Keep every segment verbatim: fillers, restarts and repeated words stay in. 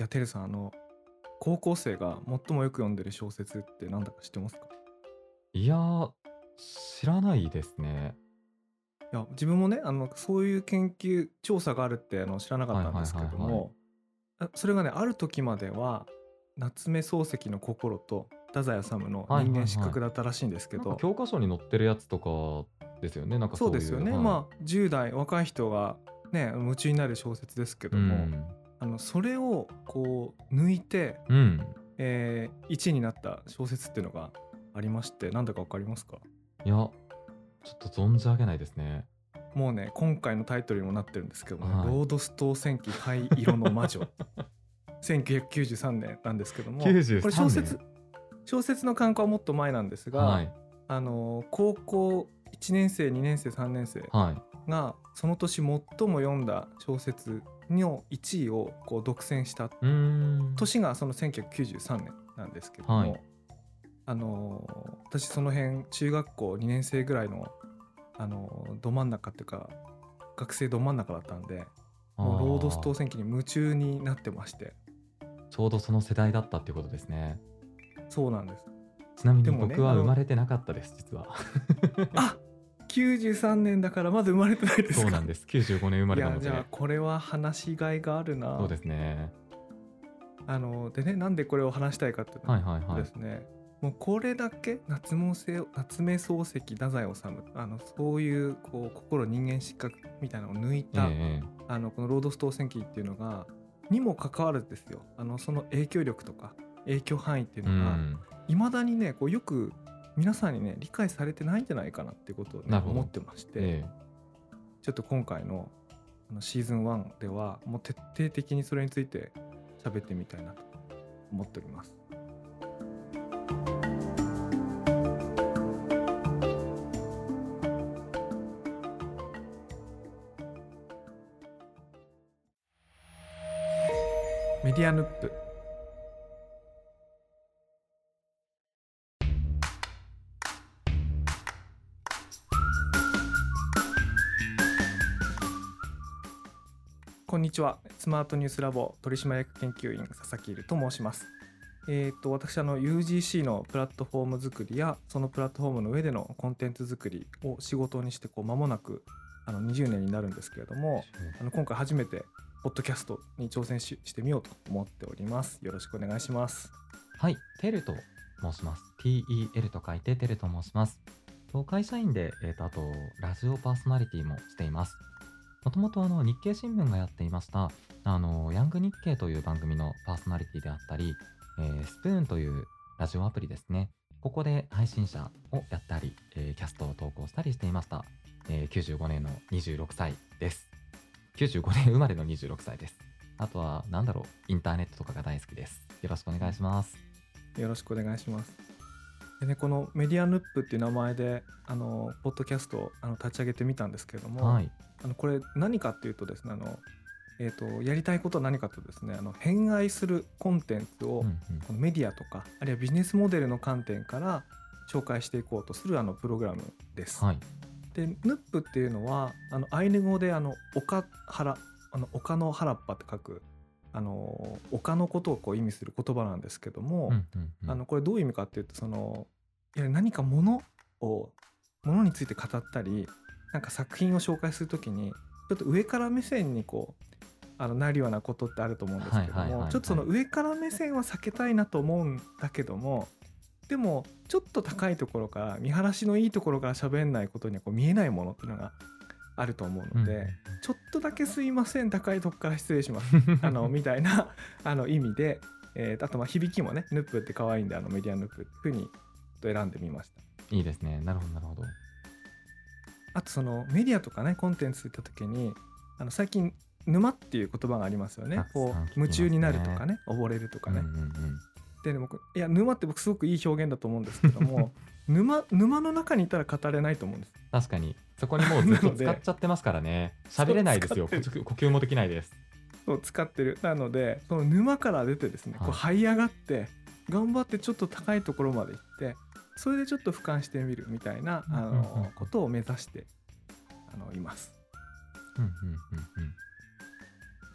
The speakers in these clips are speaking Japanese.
やてるさん、あの高校生が最もよく読んでる小説って何だか知ってますか？ いや、知らないですね。 いや自分もね、あのそういう研究調査があるってあの知らなかっはいはいたんですけはいはい。 ども、あそれがね、ある時までは夏目漱石の心と太宰治のはい人間失はいはい。 格だったらしいんですけなんかど。 教科書に載ってるやつとかですよね、なんかそういう、 そうですよね。 はい。 まあじゅう代若い人がね夢中になる小説ですけうども、 ん。 あのそれをこう抜いて、 うん。 えー、いちいになった小説っていうのがありまして、なんだかわかりますか？ いや、ちょっと存じ上げないですね。 もうね、今回のタイトルにもなってるんですけどもね、 はい。 ロードストー戦記灰色の魔女。せんきゅうひゃくきゅうじゅうさんねんなんですけども、これ 93 小説、 年。 小説の刊行はもっと前なんですが、 はい。 あの高校いちねん生、にねん生、さんねん生はい。 がその年最も読んだ小説のいちいをこう独占したうーん。 年がそのせんきゅうひゃくきゅうじゅうさんねんなんですけどはい。 も、あの私その辺中学校にねん生ぐらいのあのど真ん中っていうか学生ど真ん中だったんで、もうロードスああ、 当選記に夢中になってまして。 ちょうどその世代だったっていうことですね。 そうなんです。 ちなみにでもね、あの僕は生まれてなかったです、実は。 あ、きゅうじゅうさんねんだからまだ生まれてないですか？ そうなんです。きゅうじゅうごねん生まいや、じゃあれなので。 これは話しがいがあるな。 そうですね。 あのでね、なんでこれを話したいかっていうはいはいとはい。 ですね、もうこれだけ夏目漱夏目漱石、太宰治、あのそういうこう心人間失格みたいなのを抜いええたええ。 あのこのロードストー戦記っていうのがにもかかわらずですよ、あのその影響力とか影響範囲っていううのがん。 いまだにね、こうよく皆さんにね理解されてないんじゃないかなっていうことをねなるほど。 思ってまして、 ええ。 ちょっと今回のあのシーズンワンではもう徹底的にそれについて喋ってみたいなと思っております。メディアヌップ。こんにちは。スマートニュースラボ取締役研究員佐々木入と申します。えー、と私あの ユージーシー のプラットフォーム作りやそのプラットフォームの上でのコンテンツ作りを仕事にしてこう間もなくあのにじゅうねんになるんですけれども、あの今回初めてポッドキャストに挑戦 し, してみようと思っております。よろしくお願いします。 はい、テルと申します。ティーイーエル と書いてテルと申します。と会社員で、えーと、あと、ラジオパーソナリティもしています。もともとあの日経新聞がやっていました、あの、ヤング日経という番組のパーソナリティであったり、えースプーンというラジオアプリですね。ここで配信者をやったり、えーキャストを投稿したりしていました。えーきゅうじゅうごねんのにじゅうろくさいです。きゅうじゅうごねん生まれのにじゅうろくさいです。あとは、なんだろう、インターネットとかが大好きです。よろしくお願いします。 よろしくお願いします。でね、このメディアヌップっていう名前であのポッドキャストをあの立ち上げてみたんですけれども、 はい。 あのこれ何かっていうとですね、あのえー、とやりたいことは何かとですね、あの偏愛するコンテンツをうんうん。 このメディアとかあるいはビジネスモデルの観点から紹介していこうとするあのプログラムです。 はい。 で、ヌップっていうのはあのアイヌ語であの丘原、あの丘の原っぱって書くあの丘のことをこう意味する言葉なんですけども、 うんうんうん。 あのこれどういう意味かっていうと、そのいや何かものをものについて語ったり、なんか作品を紹介するときにちょっと上から目線にこうあのなるようなことってあると思うんですはいけども、 はいはいちょっとそのはい。 上から目線は避けたいなと思うんだけども、でもちょっと高いところから見晴らしのいいところから喋んないことにはこう見えないものっていうのがあると思ううんうんので、ちょっとだけすいません、高いとこから失礼しますあのみたいなあの意味で、えー、あとまあ響きもね、ヌップって可愛いんで、あのメディアヌップっていう風に選んでみました。 いいですね。なるほどなるほど。 あとそのメディアとかねコンテンツって言った時に、あの最近沼っていう言葉がありますよね。 たくこさん聞きますう夢中になるとかね。 ね、溺れるとかね。 うんうんうん。 で、ね、僕いや沼って僕すごくいい表現だと思うんですけども沼沼の中にいたら語れないと思うんです。 確かに。そこにもうずっと使っなのでちゃってますからね。喋そうれないですよ。 使ってる呼吸呼吸もできないです。 そう使ってる。なのでその沼から出てですね、こうはい。 這い上がって頑張ってちょっと高いところまで行って、それでちょっと俯瞰してみるみたいなあうんうんうんうん。 のことを目指してあのいます。 うんうんうんうん。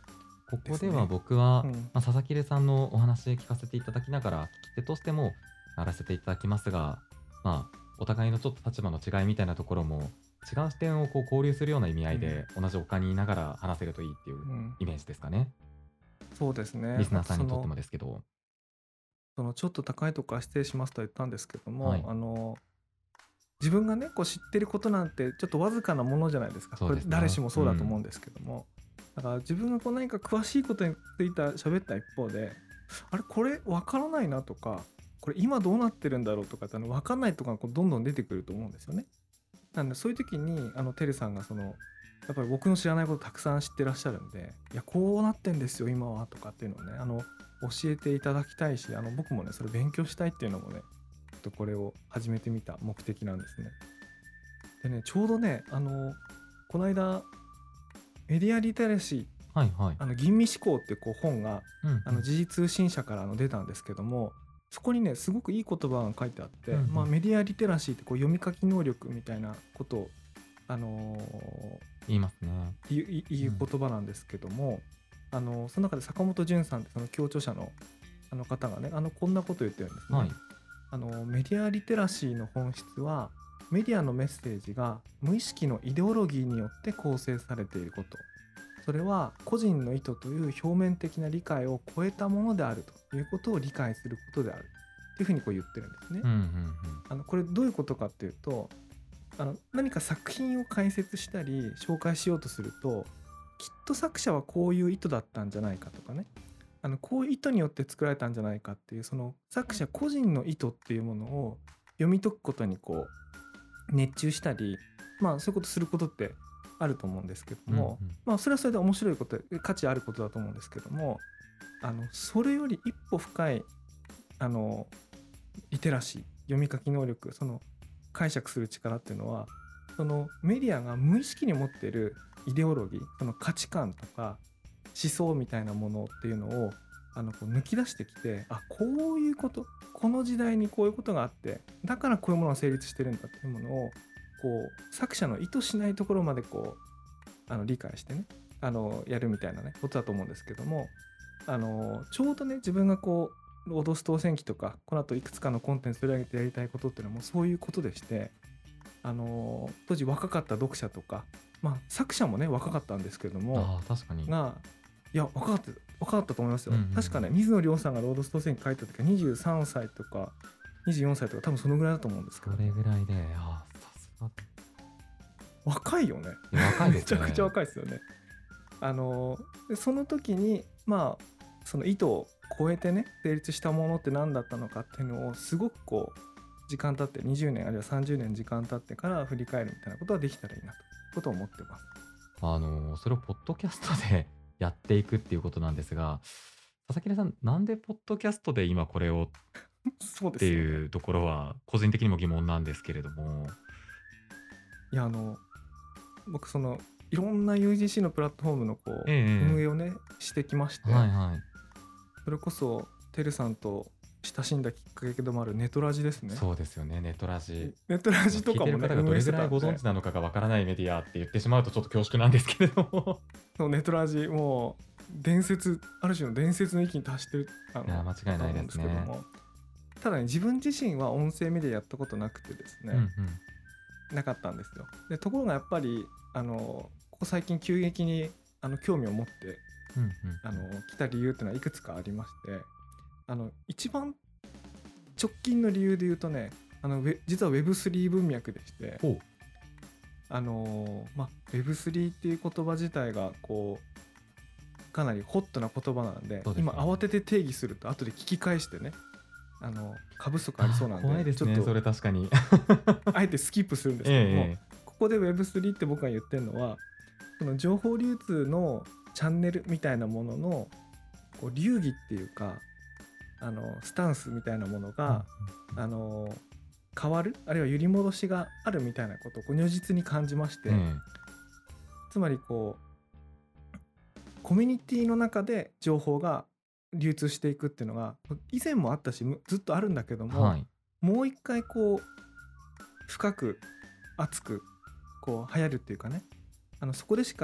ここですではね。 僕は、 うん。 まあ、佐々木さんのお話聞かせていただきながら、聞き手としてもやらせていただきますが、まあ、お互いのちょっと立場の違いみたいなところも、違う視点をこう交流するような意味合うん。 いで、同じ丘にいながら話せるといいっていううん。 イメージですかね。 そうですね。 リスナーあとその、 さんにとってもですけど。 そのちょっと高いとこから失礼しますとは言ったんですけども、 はい。 あの、自分がね、こう知ってることなんてちょっとわずかなものじゃないですか。 そうこれ誰ですね。 しもそうだと思うん。 うんですけども。だから自分がこう何か詳しいことについて喋った一方で、あれこれわからないなとか、これ今どうなってるんだろうとかってあのわかんないとかがこうどんどん出てくると思うんですよね。なんでそういう時にあのてるさんがそのやっぱり僕の知らないことたくさん知ってらっしゃるんで、いやこうなってんですよ今はとかっていうのをね、あの教えていただきたいし、あの僕もねそれ勉強したいっていうのもね、ちょっとこれを始めてみた目的なんですね。でね、ちょうどね、あのこの間メディアリテラシー、 はいはい。 あの吟味思考っていうこう本がうんうん。 あの時事通信社からあの出たんですけども、そこにねすごくいい言葉が書いてあって、まあ、 うんうん。 メディアリテラシーってこう読み書き能力みたいなことを、あのー言いますね。 いういいううん。 言葉なんですけども、あのその中で坂本淳さんってその共著者のあの方がね、あのこんなことを言ってるんですね。 はい。 あのメディアリテラシーの本質はメディアのメッセージが無意識のイデオロギーによって構成されていること、それは個人の意図という表面的な理解を超えたものであるということを理解することであるというふうにこう言ってるんですね。 うんうんうん。 あのこれどういうことかっていうと、あの何か作品を解説したり紹介しようとすると、きっと作者はこういう意図だったんじゃないかとかね、あのこういう意図によって作られたんじゃないかっていうその作者個人の意図っていうものを読み解くことにこう熱中したり、まあそういうことすることってあると思うんですけどうんうも、 ん。 まあそれはそれで面白いことで価値あることだと思うんですけども、あのそれより一歩深いあのリテラシー、読み書き能力、その解釈する力っていうのは、そのメディアが無意識に持っているイデオロギー、その価値観とか思想みたいなものっていうのをあのこう抜き出してきて、あ、こういうこと、この時代にこういうことがあって、だからこういうものが成立してるんだっていうものをこう作者の意図しないところまでこうあの理解してね、あのやるみたいなねことだと思うんですけども、あのちょうどね自分がこうロードス当選記とかこの後いくつかのコンテンツ取り上げてやりたいことっていうのはもうそういうことでして、あの当時若かった読者とか、まあ作者もね若かったんですけどもああ、確かに。 が、いや若かった若かったと思いますよ。 うんうんうん。 確かね水野亮さんがロードス当選記書いた時はにじゅうさんさいとかにじゅうよんさいとか多分そのぐらいだと思うんですけそれども、 ぐらいで、ああ、さすが。 若いよね。 いや、若いでめちゃくちゃすね。 若いですよね。あのでその時にまあその意図を超えてね成立したものって何だったのかっていうのをすごくこう時間経ってにじゅうねんあるいはさんじゅうねん時間経ってから振り返るみたいなことができたらいいなということを思ってます。 あの、それをポッドキャストでやっていくっていうことなんですが、佐々木さん、なんでポッドキャストで今これをっそうでてすよね。 いうところは、個人的にも疑問なんですけれども。 いやあの僕そのいろんな ユージーシー のプラットフォームのこうええええ。 運営をねしてきまして、 はいはい。 それこそてるさんと親しんだきっかけでもあるネトラジですね。 そうですよね、ネトラジ。 ネトラジと聞いかてる方がどもね運営しれぐらいご存てたんで、 知なのかがわからないメディアって言ってしまうとちょっと恐縮なんですけれども。 そのネトラジもう伝説、ある種の伝説の域に達してるあいや、 の間違いないだと思うんでですね。 すけども、ただね自分自身は音声メディアやったことなくてですね、 うんうん。 なかったんですよ。でところがやっぱりあのここ最近急激にあの興味を持ってうんうんあの来た理由っていうのはいくつかありまして、あの一番直近の理由で言うとね、あのウェ実は ウェブスリー 文脈でして、 ほう。 あのまあ ウェブスリー っていう言葉自体がこうかなりホットな言葉なんで、 そうですよね。 今慌てて定義すると後で聞き返してね、あの過不足ありそああ、 うなん怖いですね、 でちょっとそれ確かに。 あえてスキップするんですええけども、 ええ。 ここで ウェブスリー って僕が言ってるのは、その情報流通のチャンネルみたいなもののこう流儀っていうか、あのスタンスみたいなものうんうんがうん。 あの変わる、あるいは揺り戻しがあるみたいなことをこう如実に感じまして、 ええ。 つまりこうコミュニティの中で情報が流通していくっていうのが以前もあったしむずっとあるんだけども、 はい。 もう一回こう深く熱くこう流行るっていうかね、あのそこでしか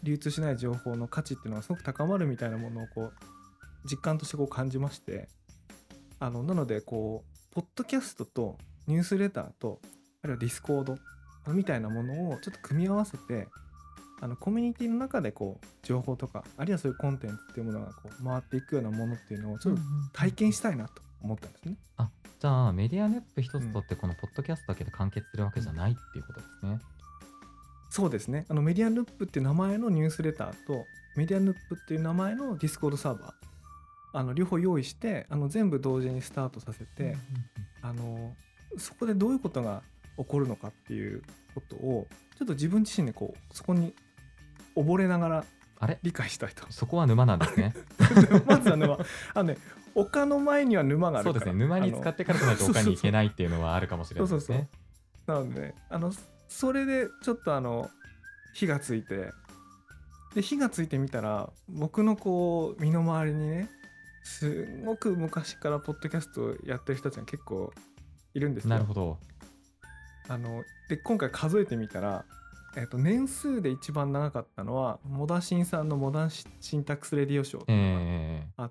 流通しない情報の価値っていうのがすごく高まるみたいなものをこう実感としてこう感じまして、あのなのでこうポッドキャストとニュースレターとあるいはディスコードみたいなものをちょっと組み合わせて、あのコミュニティの中でこう情報とかあるいはそういうコンテンツっていうものがこう回っていくようなものっていうのをちょっと体験したいなと思ったんですね。 あ、じゃあメディアネット一うんつとってこのポッドキャストだけで完結するわけじゃないっていうことですね。 そうですね。あのメディアヌップっていう名前のニュースレターとメディアヌップっていう名前のディスコードサーバー、あの両方用意して、あの全部同時にスタートさせて、 うんうんうんあのそこでどういうことが起こるのかっていうことをちょっと自分自身でこうそこに溺れながらあれ理解したいと。 そこは沼なんですね。 まずは沼、あのね、丘の前には沼があるから。 そうですね。沼に使ってからじゃないと丘に行けないっていうのはあるかもしれないですね。 なので、ね、あのそれでちょっとあの火がついて、で火がついてみたら僕のこう身の回りにね、すごく昔からポッドキャストをやってる人たちが結構いるんですよ。 なるほど。 あので今回数えてみたら、えっと、年数で一番長かったのはモダシンさんのモダンシンタックスレディオショーっていうのがえあって、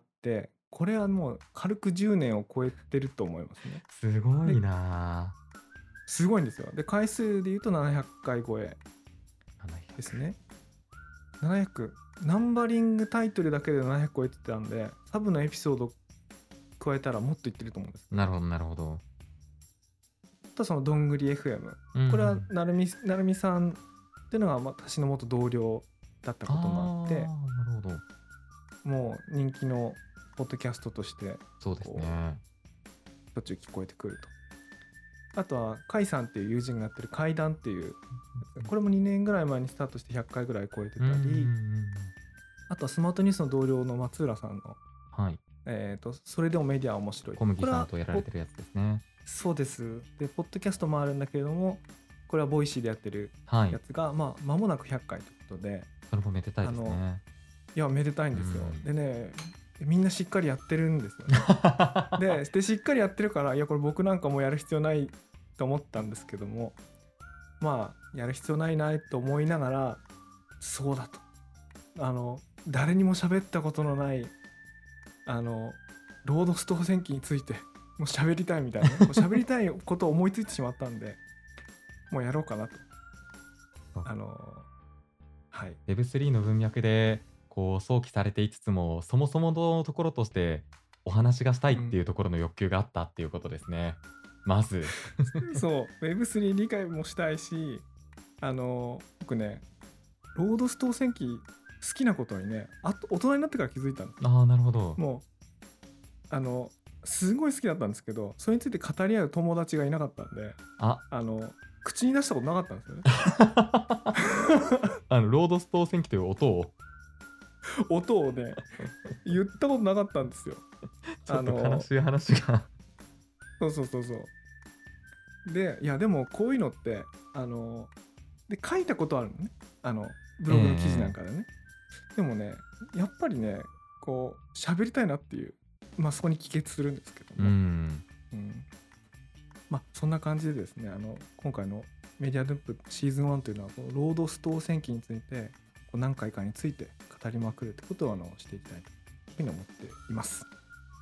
これはもう軽くじゅうねんを超えてると思いますね。 ー、すごいなすごいんですよ。で回数で言うとななひゃっかい超えぁ。 ですね。ななひゃく、ナンバリングタイトルだけでななひゃく超えてたんで、サブのエピソード加えたらもっといってると思うんです。 なるほどなるほど。 あとそのどんぐり エフエム、 うんうん、 これはなるみなるみさんっていうのが私の元同僚だったこともあって、 あーなるほど。 もう人気のポッドキャストとしてそうですね。 途中聞こえてくると。あとはカイさんっていう友人がやってる怪談っていう、これもにねんぐらい前にスタートしてひゃっかいぐらい超えてたり、 うんうんうんあとはスマートニュースの同僚の松浦さんの、 はい。 えー、とそれでもメディアは面白い。 小麦これはさんとやられてるやつですね。 そうです。で、ポッドキャストもあるんだけれども、これはボイシーでやってるはいや。つが、まあ、間もなくひゃっかいということで、 それもめでたいですあね。 いや、めでたいんですよ。 うんでね、みんなしっかりやってるんですよね。でで、しっかりやってるから、いや、これ僕なんかもうやる必要ないと思ったんですけども、まあ、やる必要ないなと思いながら、そうだと。あの、誰にも喋ったことのない、あの、ロードストー戦記について、もう喋りたいみたいな、ね、こう喋りたいことを思いついてしまったんで、もうやろうかなと。あのはい。 ウェブスリー の文脈でこう想起されていつつも、そもそものところとしてお話がしたいっていうところの欲求があったっていうことですね。まず。 そう、ウェブスリー 理解もしたいし、あの僕ね、ロードストー戦記好きなことにね、あと大人になってから気づいたんです。 ああ、なるほど。 もう、あの、すごい好きだったんですけど、それについて語り合う友達がいなかったんで、 あ、 あの、口に出したことなかったんですよね。 あのロードストー戦記という音を音をね、言ったことなかったんですよ。 ちょっと悲しい話が。 そうそうそうそう。で、いやでもこういうのってあので書いたことあるのね。あのブログの記事なんかでね。えー、でもね、やっぱりね、こう喋りたいなっていう、まあそこに帰結するんですけども、 うん、 うん、まあそんな感じでですね、あの今回のメディアループシーズンワンというのはこのロードストー戦記についてこう何回かについて語りまくるってことをあのしていきたいというふうに思っています。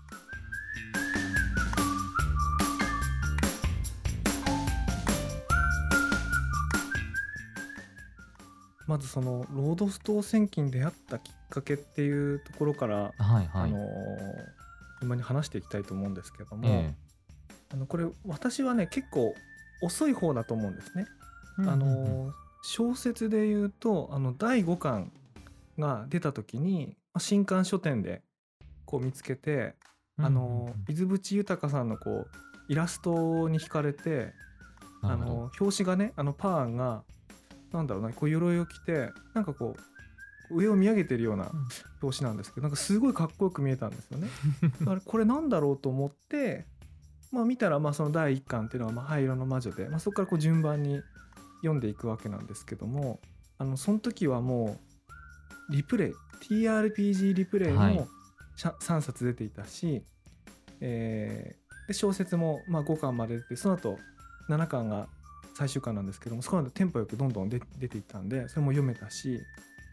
まずそのロードストー戦記に出会ったきっかけっていうところから、 はいはい、 あの今に話していきたいと思うんですけども、 えあのこれ私はね結構遅い方だと思うんですね。 ー、 あうんうんうんの小説で言うとあのだいごかんが出た時に新刊書店でこう見つけて、あの伊豆淵豊さんのこうイラストに惹かれて、あの表紙がね、あのパーンがなんだろうな、こう鎧を着てなんかこう上を見上げてるような表紙なんですけど、なんかすごいかっこよく見えたんですよね。だからこれなんだろうと思って、まあ見たらまあそのだいいっかんっていうのはまあ灰色の魔女で、まあ、そこからこう順番に読んでいくわけなんですけども、あのその時はもうリプレイ ティーアールピージー リプレイもさんさつ出ていたし、えー、で小説もまあごかんまで出て、その後ななかんが最終巻なんですけども、そこまでテンポよくどんどん出ていったんで、それも読めたし、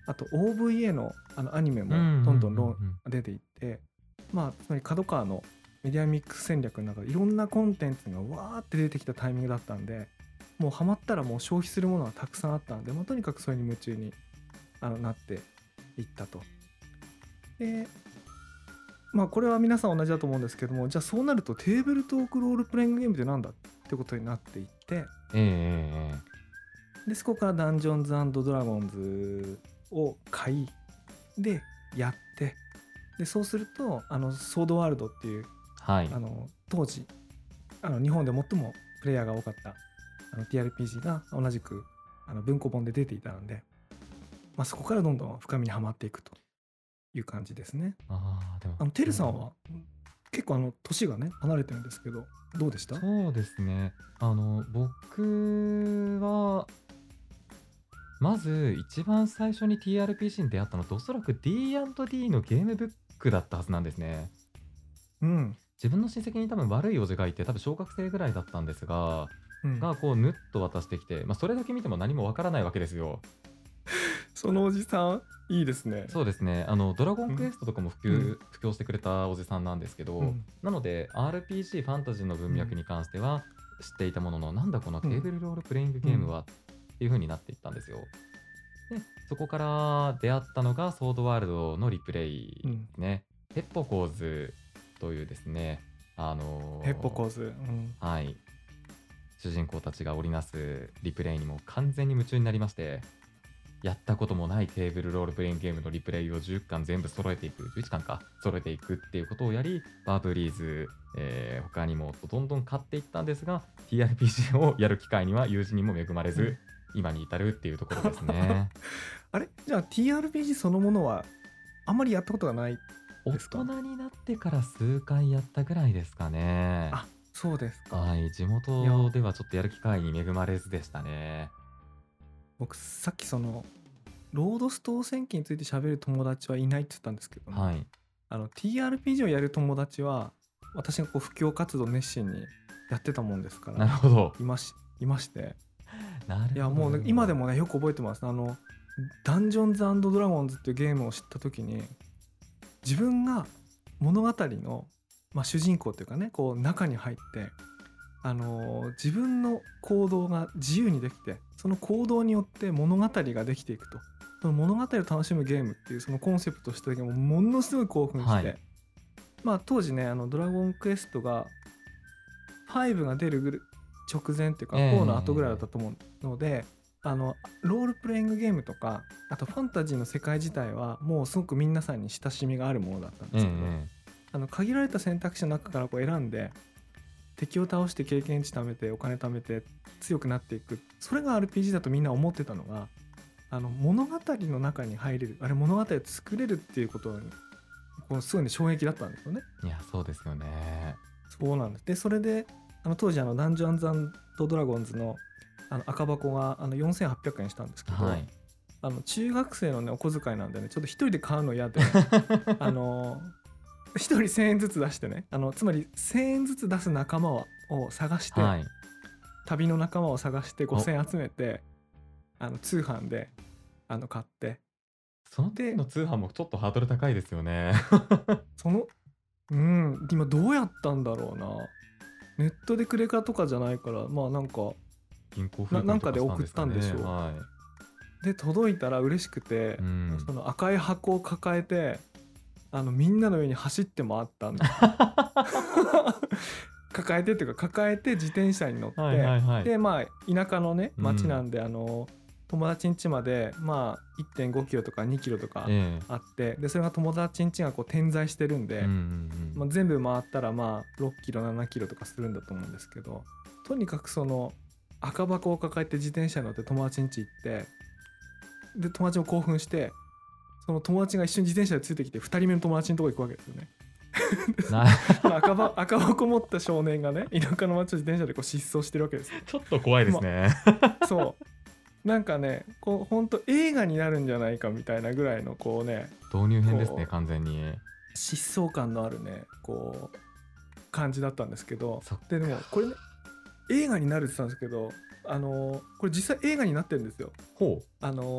あと オーブイエー の, あのアニメもうんうんどんどんロうんうんン出ていって、まあつまり角川のメディアミックス戦略の中でいろんなコンテンツがわーって出てきたタイミングだったんで、もうハマったらもう消費するものがたくさんあったんで、まあ、とにかくそれに夢中にあのなっていったと。でまあこれは皆さん同じだと思うんですけども、じゃあそうなるとテーブルトークロールプレイングゲームってなんだってことになっていって、 ええええでそこからダンジョンズ&ドラゴンズを買いでやって、でそうするとあのソードワールドっていうはいあの当時あの日本で最もプレイヤーが多かったあの ティーアールピージー が同じくあの文庫本で出ていたので、まあ、そこからどんどん深みにはまっていくという感じですね。 ああでもあのてるさんは結構あの年がね離れてるんですけど、どうでした？ そうですね。あの僕はまず一番最初に ティーアールピージー に出会ったのっておそらく ディーアンドディー のゲームブックだったはずなんですね。 うん、 自分の親戚に多分悪いおじがいて、多分小学生ぐらいだったんですが、 うん、 がこうぬっと渡してきて、まあ、それだけ見ても何もわからないわけですよ。 そのおじさんいいですね。 そうですね。あのドラゴンクエうん、 ストとかも普うん、 及、布教してくれたおじさんなんですけど、 うん、 なので アールピージー ファンタジーの文脈に関しては知っていたものの、なんだこのテーブルロールプレイングゲームはっていう風になっていったんですよ。で、そこから出会ったのがソードワールドのリプレイうん、 ですね。ヘッポコーズというですね、あのヘッポコーズ、うん、 ーはい、主人公たちが織りなすリプレイにも完全に夢中になりまして、やったこともないテーブルロールプレイングゲームのリプレイをじゅっかん全部揃えていく、じゅういっかんか、揃えていくっていうことをやり、バーブリーズ、えー他にもどんどん買っていったんですが、ティーアールピージー をやる機会には友人にも恵まれず、 うん今に至るっていうところですね。 あれじゃあ ティーアールピージー そのものはあんまりやったことがない大ですか？ 人になってから数回やったぐらいですかね。 あ、そうですか。 はい、地いや元ではちょっとやる機会に恵まれずでしたね。 僕さっきそのロードス当選記について喋る友達はいないって言ったんですけども、 はい。 あの ティーアールピージー をやる友達は私がこう布教活動熱心にやってたもんですかなるらほど。 いましいまして、 なるほど。 いやもう、ね、 なるほど今でもねよく覚えてます。あのダンジョンズ&ドラゴンズっていうゲームを知った時に、自分が物語の、まあ、主人公っていうかねこう中に入って、あのー自分の行動が自由にできて、その行動によって物語ができていくと、その物語を楽しむゲームっていうそのコンセプトをした時もものすごい興奮して、 はいまあ当時ねあのドラゴンクエストがごが出るぐる直前っていうかええよんの後ぐらいだったと思うので、あのロールプレイングゲームとかあとファンタジーの世界自体はもうすごく皆さんに親しみがあるものだったんええですけど、 えあの限られた選択肢の中からこう選んで敵を倒して経験値貯めてお金貯めて強くなっていく、それが アールピージー だとみんな思ってたのが、あの物語の中に入れる、あれ物語を作れるっていうことにこうすごいね衝撃だったんですよね。 えいや、そうですよね。 そうなんです。でそれであの当時あのダンジョンズ&ドラゴンズのあの赤箱があのよんせんはっぴゃくえんしたんですけど、 はい。 あの中学生のねお小遣いなんでねちょっと一人で買うの嫌であの一人せんえんずつ出してね、あのつまりせんえんずつ出す仲間をを探して、 はい。 旅の仲間を探しておごせんえん集めてあの通販であの買って、 その時の通販もちょっとハードル高いですよね。 そのうん今どうやったんだろうな、ネットでクレカとかじゃないからまあなんか銀行振なり込みとかなんかで送っしたんですかね。 たんでしょう。 はで届いたら嬉しくてい。う、ん。 その赤い箱を抱えてあのみんなの上に走って回ったんです抱えてっていうか抱えて自転車に乗って、 はいはいはい。 でまあ田舎のねうん町なんで、あの友達ん家までまあ いってんごキロとかにキロとかええあって、でそれが友達ん家がこう点在してるんで、 うんうんうん。 まあ、全部回ったらまあろっキロななキロとかするんだと思うんですけど、とにかくその赤箱を抱えて自転車に乗って友達ん家行って、で友達も興奮して、その友達が一緒に自転車でついてきてふたりめの友達のとこ行くわけですよね。 な赤ば赤箱持った少年がね田舎の町を自転車でこう疾走してるわけですよ。 ちょっと怖いですね。 そうなんかねこうほんと映画になるんじゃないかみたいなぐらいのこうね導入編ですね、 こう完全に。 疾走感のあるねこう感じだったんですけど、 そっででもこれね映画になるって言ったんですけど、あのこれ実際映画になってるんですよ。 ほう。 あの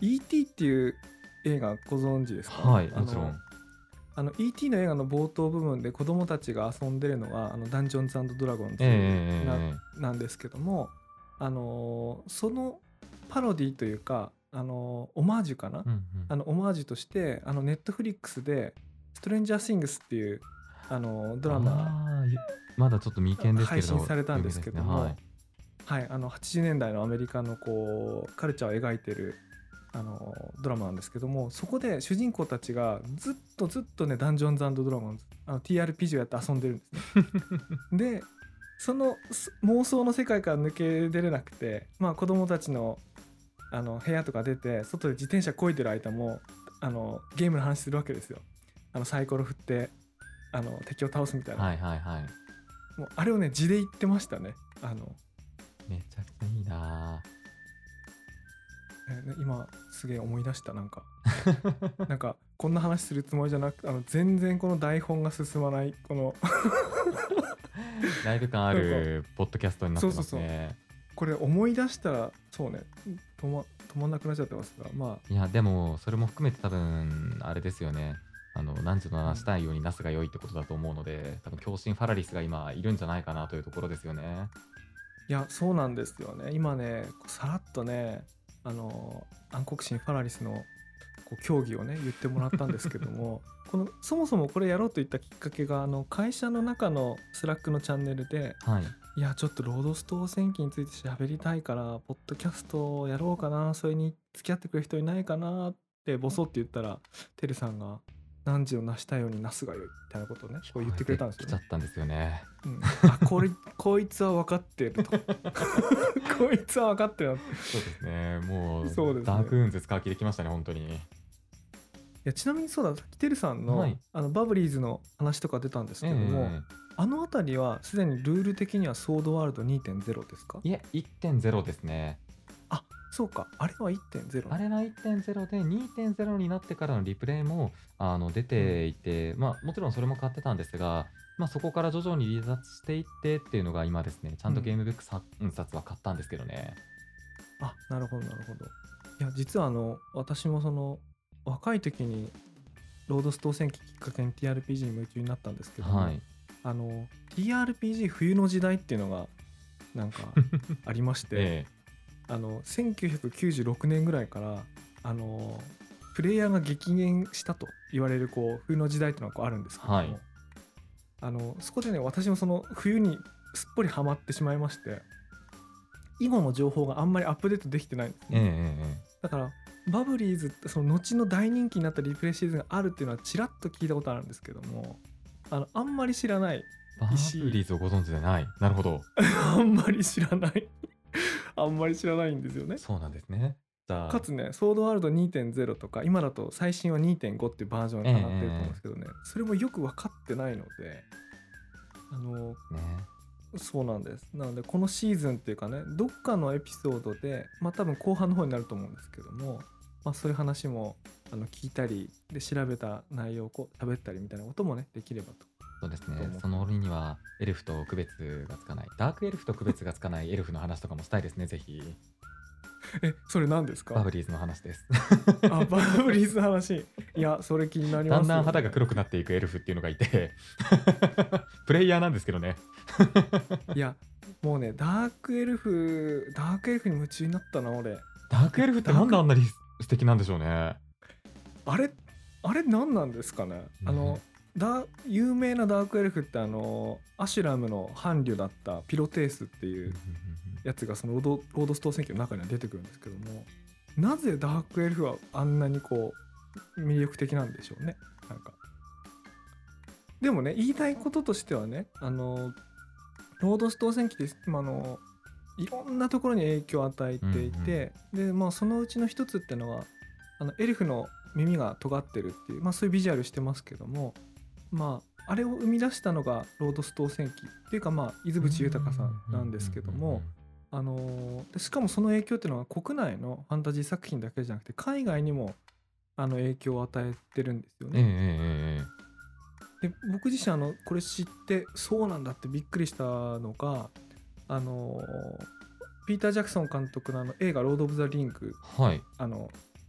イーティー っていう映画ご存知ですか？ はい、 あのもちろん。 あの イーティー の映画の冒頭部分で子供たちが遊んでるのがあのダンジョンズ&ドラゴンズええええな、 ええなんですけども、あのーそのパロディというか、あのーオマージュかな、 うんうん。 あのオマージュとしてあのネットフリックスでストレンジャーシングスっていうあのードラマああ、ゆまだちょっと未見ですけ配信れど、 されたんです有名ですね。 けども、 はい。 はい、あのはちじゅうねんだいのアメリカのこうカルチャーを描いてるあのドラマなんですけども、そこで主人公たちがずっとずっとねダンジョンズ&ドラゴンズ、あの ティーアールピージー をやって遊んでるんですね。でそのす妄想の世界から抜け出れなくて、まあ、子供たちのあの部屋とか出て外で自転車漕いでる間もあのゲームの話するわけですよ。あのサイコロ振ってあの敵を倒すみたいな、 はいはいはい。 もうあれをね字で言ってましたね。あのめちゃくちゃいいなえーね今すげえ思い出した。なんかなんかこんな話するつもりじゃなく、あの全然この台本が進まないこのライブ感あなんかるポッドキャストになってますそうそうそうね。 これ思い出したらそうね止ま止まんなくなっちゃってますが、まいや、でも、それも含めて多分、あれですよね。あの、何時のあ、うん話したいようになすが良いってことだと思うので、多分、狂神ファラリスが今いるんじゃないかなというところですよね。 いやそうなんですよね。今ねさらっとねあの暗黒神ファラリスのこう競技をね言ってもらったんですけどもこのそもそもこれやろうといったきっかけがあの会社の中のスラックのチャンネルで、 はい。 いやちょっとロードストー戦記について喋りたいからポッドキャストをやろうかな、それに付き合ってくれる人いないかなってボソって言ったら、てるさんが何時を成したようになすがよいみたいなことをねこう言ってくれたんですよね。 来ちゃったんですよね。 うん、あこれこいつは分かってるとこいつは分かってるな。いそうですね。もう、 そうですねダークーンズ使う気できましたね、本当に。 やちなみにそうだ、さっきてるさんの,、 はい。 あのバブリーズの話とか出たんですえけども、 えあの辺りはすでにルール的にはソードワールド にてんゼロ ですか？ いえ、いってんゼロですね。 あそうか、あれは いってんゼロあれは いってんゼロ で にてんゼロ になってからのリプレイもあの出ていて、まあもちろんそれも買ってたんですが、まあそこから徐々に離脱していってっていうのが今ですね、ちゃんとゲームブックさんさつは買ったんですけどね。 あなるほどなるほど。いや実はあの私もその若い時にロードストー戦記きっかけに ティーアールピージー に夢中になったんですけども、 はい。 あの ティーアールピージー 冬の時代っていうのがなんかありまして、 ええあのせんきゅうひゃくきゅうじゅうろくねんぐらいからあのプレイヤーが激減したと言われるこう冬の時代っていうのがこうあるんですけども、 はいあのそこでね私もその冬にすっぽりハマってしまいまして、以後の情報があんまりアップデートできてないんですえええね。 ええだからバブリーズってその後の大人気になったリプレイシーズンがあるっていうのはちらっと聞いたことあるんですけども、あのあんまり知らないバーブリーズをご存知でない。なるほど。 あんまり知らないあんまり知らないんですよね。 そうなんですね。じゃあ、 かつねソードワールド にてんゼロ とか今だと最新は にてんご っていうバージョンが上がってると思うんですけどね、それもよく分かってないので、あのね。 そうなんです。なのでこのシーズンっていうかねどっかのエピソードでまあ多分後半の方になると思うんですけども、まあ、そういう話もあの聞いたりで調べた内容をこう喋ったりみたいなこともねできればと。 そうですねと思って。 その折にはエルフと区別がつかない、ダークエルフと区別がつかないエルフの話とかもしたいですね、ぜひ。 えそれ何ですか？ バブリーズの話です。 あバブリーズの話。いやそれ気になりますよね。 だんだん肌が黒くなっていくエルフっていうのがいてプレイヤーなんですけどね。 いやもうねダークエルフダークエルフに夢中になったな俺。 ダークエルフってなんであんなに素敵なんでしょうね。 あれあれ何なんですかね。あのだ有名なダークエルフってあのアシュラムの伴侶だったピロテースっていうやつがそのロード、ロードストー戦記の中には出てくるんですけども、なぜダークエルフはあんなにこう魅力的なんでしょうね。なんかでもね言いたいこととしてはね、あのロードストー戦記って今のいろんなところに影響を与えていて、うんうん、でまあそのうちの一つってのはあのエルフの耳が尖ってるっていう、まあ、そういうビジュアルしてますけども、まああれを生み出したのがロードストー戦記っていうか、まあ伊豆淵豊さんなんですけども、あのでしかもその影響っていうのは国内のファンタジー作品だけじゃなくて海外にもあの影響を与えてるんですよね。 ええええで僕自身あのこれ知ってそうなんだってびっくりしたのが、あのピーター・ジャクソン監督のあの映画「ロード・オブ・ザ・リング」 はい。 あの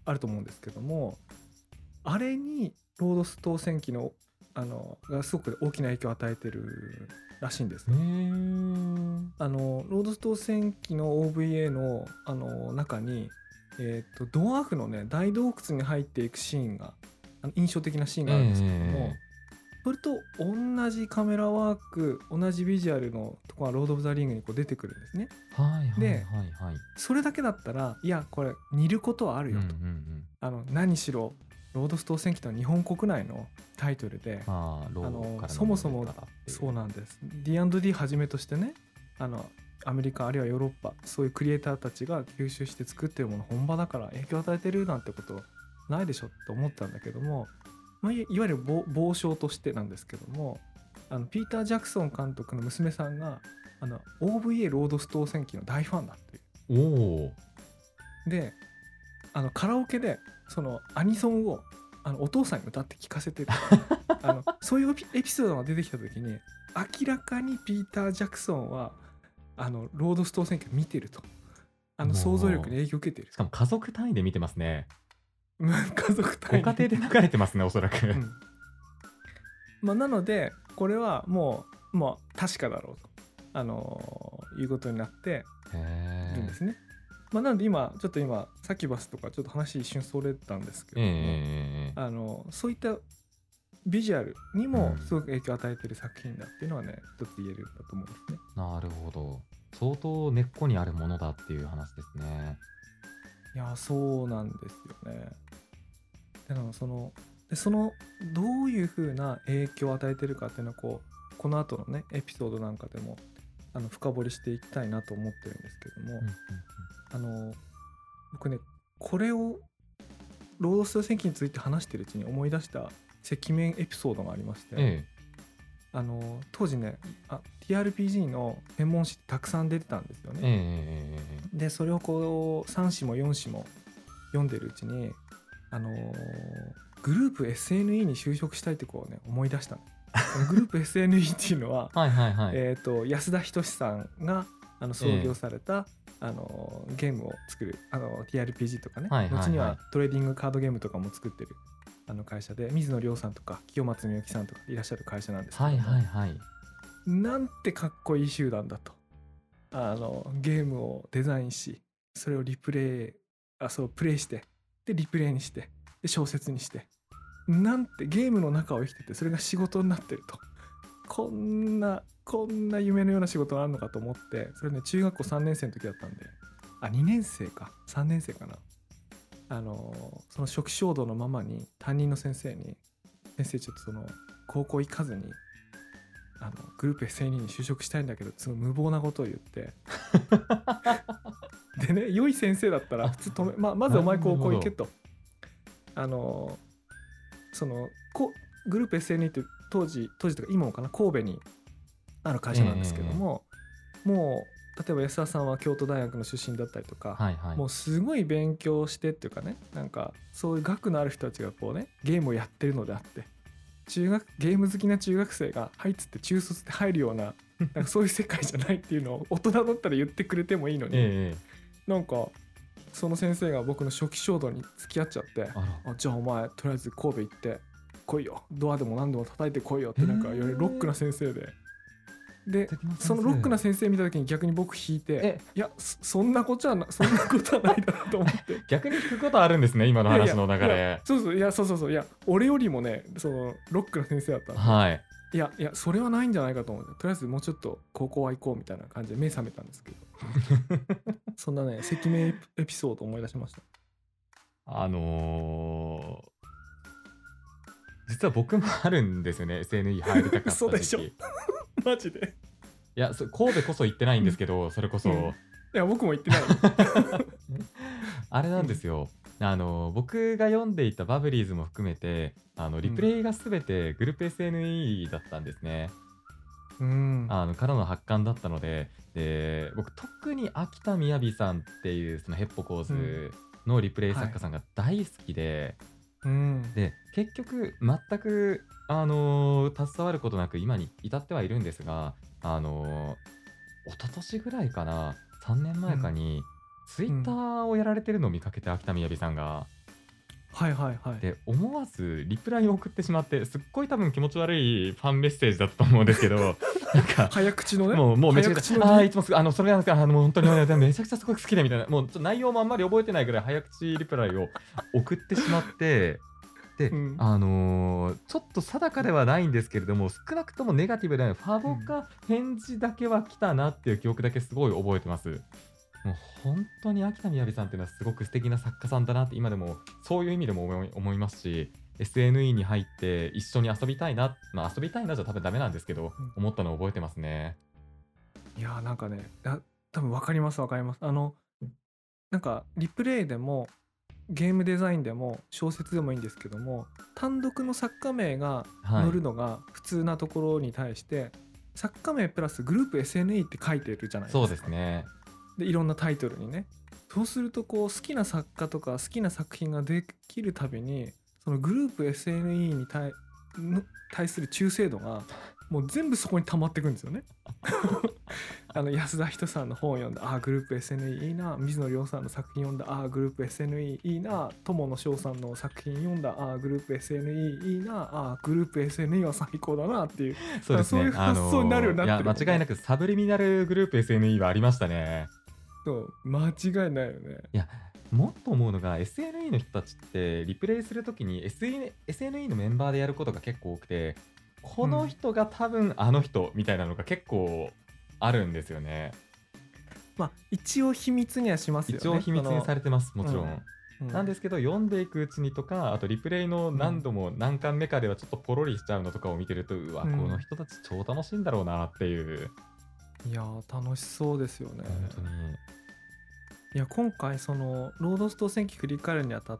あると思うんですけども、あれにロードス当選機のあのがすごく大きな影響を与えてるらしいんですへよ。 ー。 あのロードス当選機の オーブイエー のあの中に、えー、とドワーフのね大洞窟に入っていくシーンがあの印象的なシーンえがあるんですけども、 えそれと同じカメラワーク同じビジュアルのところがロード・オブ・ザ・リングにこう出てくるんですね。 はいはいではいはい。 それだけだったらいやこれ似ることはあるうんうよと、 んうん。 あの何しろロードス当選機とは日本国内のタイトルで、 まあロあのーからそもそもの方っていう。 そうなんです ディーアンドディー はじめとしてね、あのアメリカあるいはヨーロッパそういうクリエイターたちが吸収して作ってるもの本場だから影響を与えてるなんてことないでしょって思ったんだけども、まあ、いいわゆる傍傍証としてなんですけども、あのピーター・ジャクソン監督の娘さんがあの オーブイエー ロードス当選機の大ファンだっていう。 おお。 であのカラオケでそのアニソンをあのお父さんに歌って聴かせてるあのそういうエピエピソードが出てきた時に明らかにピーター・ジャクソンはあのロードス当選機を見てると、あの想像力にも影響を受けてるうしかも家族単位で見てますね。 家族ご単位家庭で流れてますねおそらく。 うんまあ、なのでこれはもう、まあ、確かだろうと、あのーいうことになってへえるんですね。まあ、なので今ちょっと今サキュバスとかちょっと話一瞬それたんですけええれども、 ええあのそういったビジュアルにうんもすごく影響を与えている作品だっていうのはね一つ言えるんだと思うんですね。 なるほど。相当根っこにあるものだっていう話ですね。 いやそうなんですよね。だからそのでそのどういうふうな影響を与えてるかっていうのはこうこの後のねエピソードなんかでもあの深掘りしていきたいなと思ってるんですけども、 うんうんあの僕ねこれをロードス当選機について話してるうちに思い出した赤面エピソードがありまして、 うん、えあの当時ねあ ティーアールピージー の専門誌ってたくさん出てたんですよえええね。 えええでそれをこうさん誌もよん誌も読んでるうちにあのグループ エスエヌイー に就職したいってこうね思い出したの。このグループ エスエヌイー っていうのははいはいはい。 えーと安田仁さんがあの創業された、あのゲームを作るあの ティーアールピージー とかね、 はいはいはい後にはトレーディングカードゲームとかも作ってるあの会社で水野亮さんとか清松みゆきさんとかいらっしゃる会社なんですけども、 はいはいはい。 なんてかっこいい集団だと、あのゲームをデザインしそれをリプレイあそうプレイしてでリプレイにしてで小説にしてなんてゲームの中を生きててそれが仕事になってると、こんなこんな夢のような仕事があるのかと思って、それね中学校さんねん生の時だったんで、あにねん生かさんねん生かな、あのその初期衝動のままに担任の先生に先生ちょっとその高校行かずにあのグループ エスエヌイー に就職したいんだけどすごい無謀なことを言ってでね良い先生だったら普通止め、まあ、まずお前高校行けと、あのそのこグループ エスエヌイー って当時当時とか今もかな神戸にある会社なんですけども、えー、もう例えば安田さんは京都大学の出身だったりとか、 はいはい、 もうすごい勉強してっていうかね、なんかそういう学のある人たちがこうねゲームをやってるのであって、中学ゲーム好きな中学生が入っつって中卒で入るようななんかそういう世界じゃないっていうのを大人だったら言ってくれてもいいのに、 えー、なんかその先生が僕の初期衝動に付き合っちゃって、ああじゃあお前とりあえず神戸行って来いよ、ドアでも何でも叩いて来いよってなんかよりロックな先生で、でそのロックな先生見た時に逆に僕引いて、いや そ, そんなことはなそんなことはないだろうと思って逆に聞くことあるんですね今の話の流れ。 いやいやそうそういやそうそうそういや俺よりもねそのロックな先生だったんで、 はい、 いやいやそれはないんじゃないかと思って、とりあえずもうちょっと高校は行こうみたいな感じで目覚めたんですけどそんなね赤面エピソード思い出しました。 あのー実は僕もあるんですよね エスエヌイー 入りたかった時嘘でしょマジで。 いやそ神戸こそ行ってないんですけど、うん、それこそ、うん、いや僕も行ってないあれなんですよ、うん、あの僕が読んでいたバブリーズも含めてあのリプレイが全てグループ エスエヌイー だったんですね、うん、あのからの発刊だったので、で僕特に秋田みやびさんっていうそのヘッポコーズのリプレイ作家さんが大好きで、はい、うん、で結局全く、あのー、携わることなく今に至ってはいるんですが、あのー、一昨年ぐらいかなさんねんまえかに、うん、ツイッターをやられてるのを見かけて、秋田みやびさんがはいはいはい。 で、思わずリプライを送ってしまって、すっごい多分気持ち悪いファンメッセージだったと思うんですけど、なんか、 早口のね、 もうもうめちゃ早くちゃ、ああ、 口のリいつもすあの、それなんですか、あの、もう本当にめちゃくちゃすごく好きでみたいな、もうちょっと内容もあんまり覚えてないぐらい早口リプライを送ってしまって、で、 うん。 あの、ちょっと定かではないんですけれども、少なくともネガティブでないファボうん。 か返事だけは来たなっていう記憶だけすごい覚えてます。もう本当に秋田みやびさんっていうのはすごく素敵な作家さんだなって今でもそういう意味でも思い思いますし、エスエヌイー に入って一緒に遊びたいな、まあ、遊びたいなじゃ多分ダメなんですけど、 うん。 思ったのを覚えてますね。 いやー、なんかね、あ、多分分かります分かります。あの、なんかリプレイでもゲームデザインでも小説でもいいんですけども、単独の作家名がはい。 載るのが普通なところに対して、作家名プラスグループ エスエヌイー って書いてるじゃないそうでですか。 すね。 で、いろんなタイトルにね。そうするとこう好きな作家とか好きな作品ができるたびに、そのグループ エスエヌイー に対の対する忠誠度がもう全部そこに溜まっていくんですよね。あの安田人さんの本を読んだ、ああグループ エスエヌイー いいな、水野亮さんの作品読んだ、ああグループ エスエヌイー いいな、友野翔さんの作品読んだ、ああグループ エスエヌイー いいな、ああグループ エスエヌイー は最高だなっていう、なんかそういうそうですね。あ発想になるようになっのいや、間てるもんね。 違いなくサブリミナルグループ エスエヌイー はありましたね。 そう間違いないよね。 いや、もっと思うのが エスエヌイー の人たちってリプレイするときに エスエヌ エスエヌイー のメンバーでやることが結構多くて、このうん。 人が多分あの人みたいなのが結構あるんですよね。 まあ一応秘密にはしますよ一応ね。 秘密にその、 されてます、もうん。 ちろん。 うん。 なんですけど、読んでいくうちにとか、あとリプレイのうん。 何度も何巻目かではちょっとポロリしちゃうのとかを見てると、うわ、このうん。 人たち超楽しいんだろうなっていう。 いやー楽しそうですよね。 ほんとに。 いや今回そのロードストー戦記振り返るにあたって、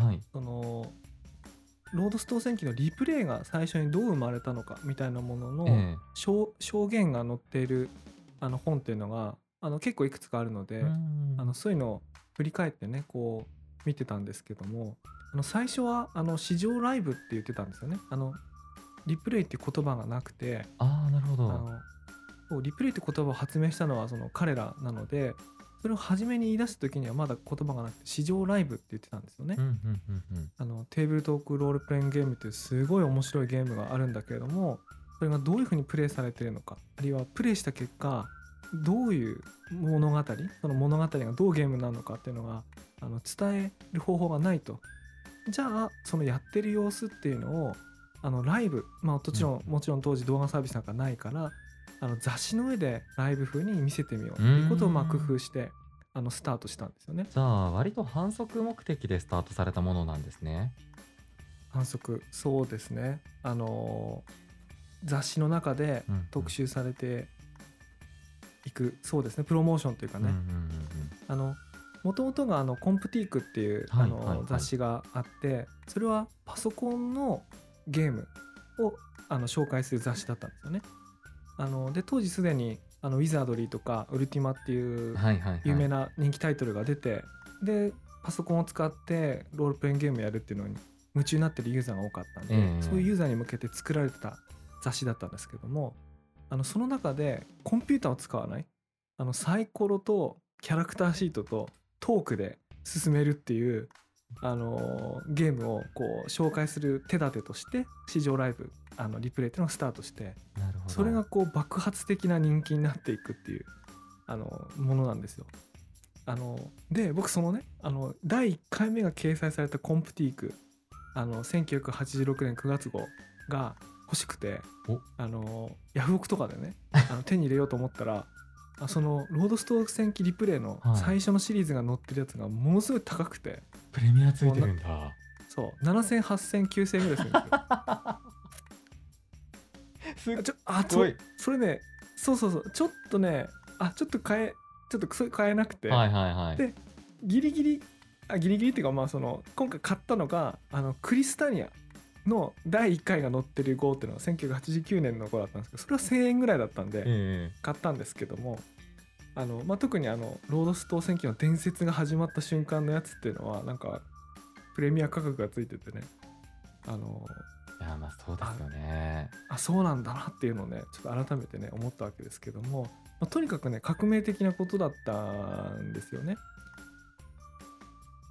はい。 そのロードストー戦記のリプレイが最初にどう生まれたのかみたいなもののええ。 証証言が載っているあの本っていうのがあの結構いくつかあるのうーで、あのん。 そういうのを振り返ってねこう見てたんですけども、あの最初はあの市場ライブって言ってたんですよね。あのリプレイっていう言葉がなくて、 ああ、なるほど。 あのそうリプレイって言葉を発明したのはその彼らなので、それを初めに言い出す時にはまだ言葉がなくて市場ライブって言ってたんですよね。 うん、ふんふんふん。 あのテーブルトークロールプレイングゲームっていうすごい面白いゲームがあるんだけれども、それがどういうふうにプレイされているのか、あるいはプレイした結果どういう物語、その物語がどうゲームなのかっていうのがあの伝える方法がないと。じゃあそのやってる様子っていうのをあのライブ、まあもうん、 ちろんもちろん当時動画サービスなんかないから、あの雑誌の上でライブ風に見せてみよううーっていうことをまあ工ん。 夫してあのスタートしたんですよね。 じゃあ、割と反則目的でスタートされたものなんですね。 反則、そうですね。あの雑誌の中でうん、うん。 特集されていく、そうですね、プロモーションというかうんうんうね、 んうん。 あのもともとがあのコンプティークっていうあはいはいの雑はい。 誌があって、それはパソコンのゲームをあの紹介する雑誌だったんですよね。あので当時すでにあのウィザードリーとかウルティマっていうはいはい有名はい。 な人気タイトルが出て、でパソコンを使ってロールプレイングゲームやるっていうのに夢中になってるユーザーが多かったんええで、そういうユーええ。 ザーに向けて作られてた雑誌だったんですけども、あのその中でコンピューターを使わない、あのサイコロとキャラクターシートとトークで進めるっていうあのゲームをこう紹介する手立てとして市場ライブ、あのリプレイっていうのがスタートして、 なるほど。 それがこう爆発的な人気になっていくっていうあのものなんですよ。あので僕そのねあのだいいっかいめが掲載されたコンプティーク、あのせんきゅうひゃくはちじゅうろくねんくがつ号が欲しくて、 お、 あのヤフオクとかでねあの手に入れようと思ったら、あそのロードストーク戦記リプレイのはい。 最初のシリーズが載ってるやつがものすごい高くて、 プレミアついもうなてるんだ。 そうななせんはっせんきゅうせんえんぐらいするんですよ。 すっあちょあちょごい。 それね、そうそうそう、ちょっとね、あちょっと買えちょっとそれ買えなくて、 はいはいはい。 でギリギリ、あギリギリっていうか、まあその今回買ったのがあのクリスタニアのだいいっかいが載ってる号っていうのがせんきゅうひゃくはちじゅうきゅうねんの頃だったんですけど、それはせんえんぐらいだったんでええええ。 買ったんですけども、あの、まあ、特にあのロードストー戦記の伝説が始まった瞬間のやつっていうのはなんかプレミア価格がついててね、あのいや、ま、そうであすよね。 あそうなんだなっていうのをねちょっと改めてね思ったわけですけども、まあ、とにかくね革命的なことだったんですよね。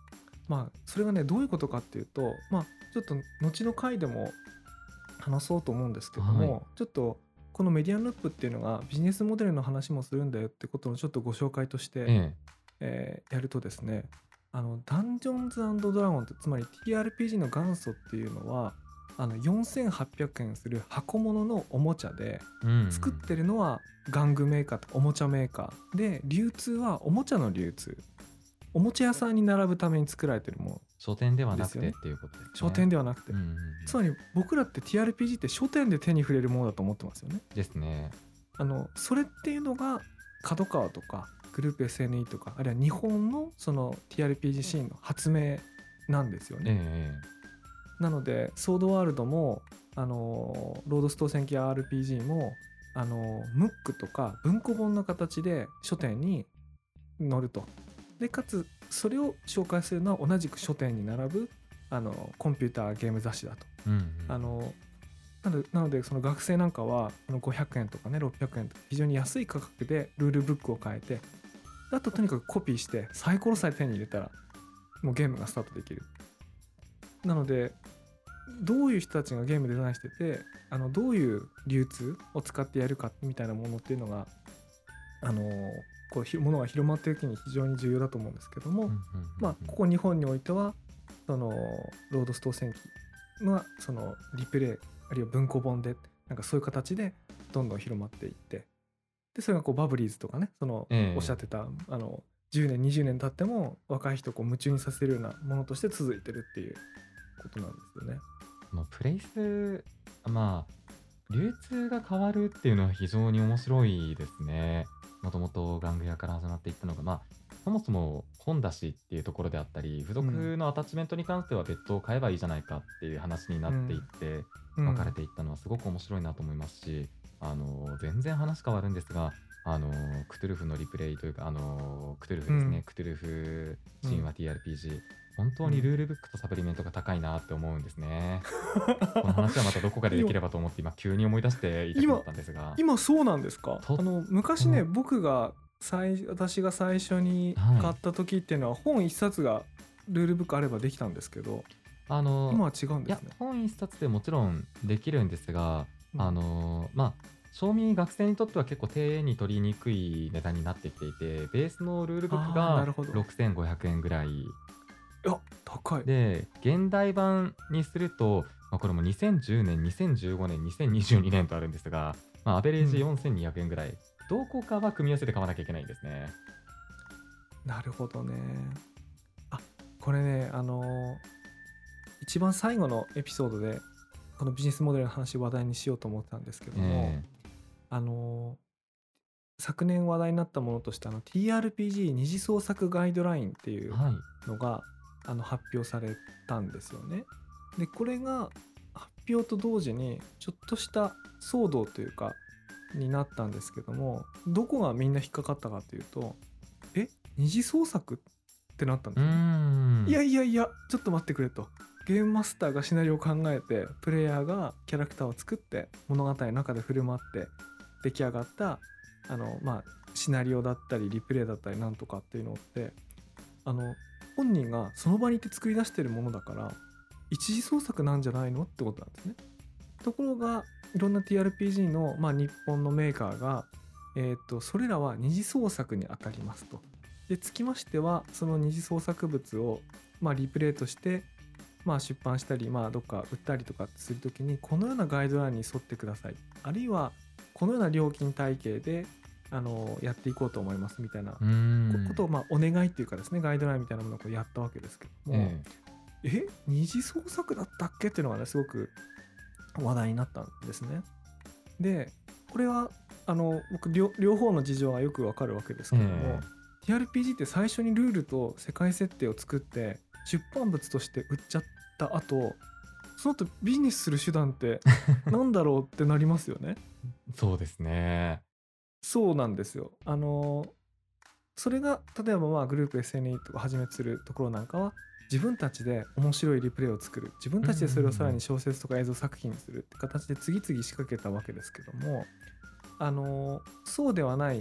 まあそれがねどういうことかっていうと、まあちょっと後の回でも話そうと思うんですけどはい。 も、ちょっとこのメディアループっていうのがビジネスモデルの話もするんだよってことのちょっとご紹介として、 ええ。 えーやるとですね、あのダンジョンズドラゴンって、つまり ティーアールピージー の元祖っていうのはあのよんせんはっぴゃくえんする箱物のおもちゃで、 うんうん。 作ってるのは玩具メーカーとかおもちゃメーカーで、流通はおもちゃの流通、おもちゃ屋さんに並ぶために作られてるも書店ではなくのですよね。 てっていうことです書ね。 店ではなくて、 うんうんうん。 つまり僕らって ティーアールピージー って書店で手に触れるものだと思ってますよね。 ですね。 あのそれっていうのが角川とかグループ エスエヌイー とか、あるいは日本のその ティーアールピージー シーンの発明なんですよええね。 ええ。 なのでソードワールドもあのロードストー戦記 アールピージー もあのムックとか文庫本の形で書店に載ると。でかつそれを紹介するのは同じく書店に並ぶあのコンピューターゲーム雑誌だと。 うんうん。 あのなので、なのでその学生なんかはあのごひゃくえんとかねろっぴゃくえんとか非常に安い価格でルールブックを買えて、あととにかくコピーしてサイコロさえ手に入れたらもうゲームがスタートできる。なのでどういう人たちがゲームデザインしてて、あのどういう流通を使ってやるかみたいなものっていうのがあのこうひものが広まっていくに非常に重要だと思うんですけども、 うんうんうんうん。 まあここ日本においてはそのロードストー戦記のそのリプレイあるいは文庫本でなんかそういう形でどんどん広まっていって、でそれがこうバブリーズとかね、そのええ。 おっしゃってたあのじゅうねんにじゅうねん経っても若い人をこう夢中にさせるようなものとして続いてるっていうことなんですよね。 もうプレイス、まあ、流通が変わるっていうのは非常に面白いですね。もともと玩具屋から始まっていったのが、まあ、そもそも本出しっていうところであったり、付うん属のアタッチメントに関しては別途買えばいいじゃないかっていう話になっていって、分かれうんていったのはすごく面白いなと思いますし、あの、全然話変わるんですが、あの、クトゥルフのリプレイというか、あの、クトゥルフですね、 うんクトゥルフうん神話 ティーアールピージー、本当うんにルールブックとサプリメントが高いなって思うんですね。この話はまたどこかでできればと思って、今急に思い出して言いたくな今ったんですが。 今そうなんですか？ とあの昔ね、僕が最私が最初にはい。 買った時っていうのは本一冊がルールブックあればできたんですけど、 あの、 今は違うんいや、 ですね。 本一冊でもちろんできるんですが、あうんの、まあ、正味学生にとっては結構手に取りにくい値段になってきていて、ベースのルールブックああ、ながるほど。 ろくせんごひゃくえんぐらいいや、高い。 で、現代版にすると、まあ、これもにせんじゅうねん、にせんじゅうごねん、にせんにじゅうにねんとあるんですが、まあ、アベレージうんよんせんにひゃくえんぐらい、どこかは組み合わせて買わなきゃいけないんですね。 なるほどね。あ、これね、あのー一番最後のエピソードでこのビジネスモデルの話を話題にしようと思ってたんですけども、 えあのー昨年話題になったものとしてあの ティーアールピージー 二次創作ガイドラインっていうえはい。 のがあの発表されたんですよね。でこれが発表と同時にちょっとした騒動というかになったんですけども、どこがみんな引っかかったかというと、え二次創作ってなったんうーですよね。いやん。 いやいやちょっと待ってくれと。ゲームマスターがシナリオを考えてプレイヤーがキャラクターを作って物語の中で振る舞って出来上がったあのまあシナリオだったりリプレイだったりなんとかっていうのってあの本人がその場にいて作り出してるものだから一次創作なんじゃないのってことなんですね。ところがいろんな ティーアールピージー の、まあ、日本のメーカーが、えー、とそれらは二次創作に当たりますと。でつきましてはその二次創作物を、まあ、リプレイとして、まあ、出版したり、まあ、どっか売ったりとかするときにこのようなガイドラインに沿ってください、あるいはこのような料金体系であのやっていこうと思いますみたいなうーん。 ことを、まあ、お願いっていうかですね、ガイドラインみたいなものをこうやったわけですけども、 ええ二次創作だったっけっていうのがねすごく話題になったんですね。でこれはあの僕 両, 両方の事情がよくわかるわけですえけども、 えティーアールピージー って最初にルールと世界設定を作って出版物として売っちゃった後、その後ビジネスする手段ってなんだろうってなりますよね。 そうですね。 そうなんですよ。あのそれが例えばまあグループ エスエヌイー とかはじめとするところなんかは自分たちで面白いリプレイを作る、自分たちでそれをさらに小説とか映像作品にするって形で次々仕掛けたわけですけども、あのそうではない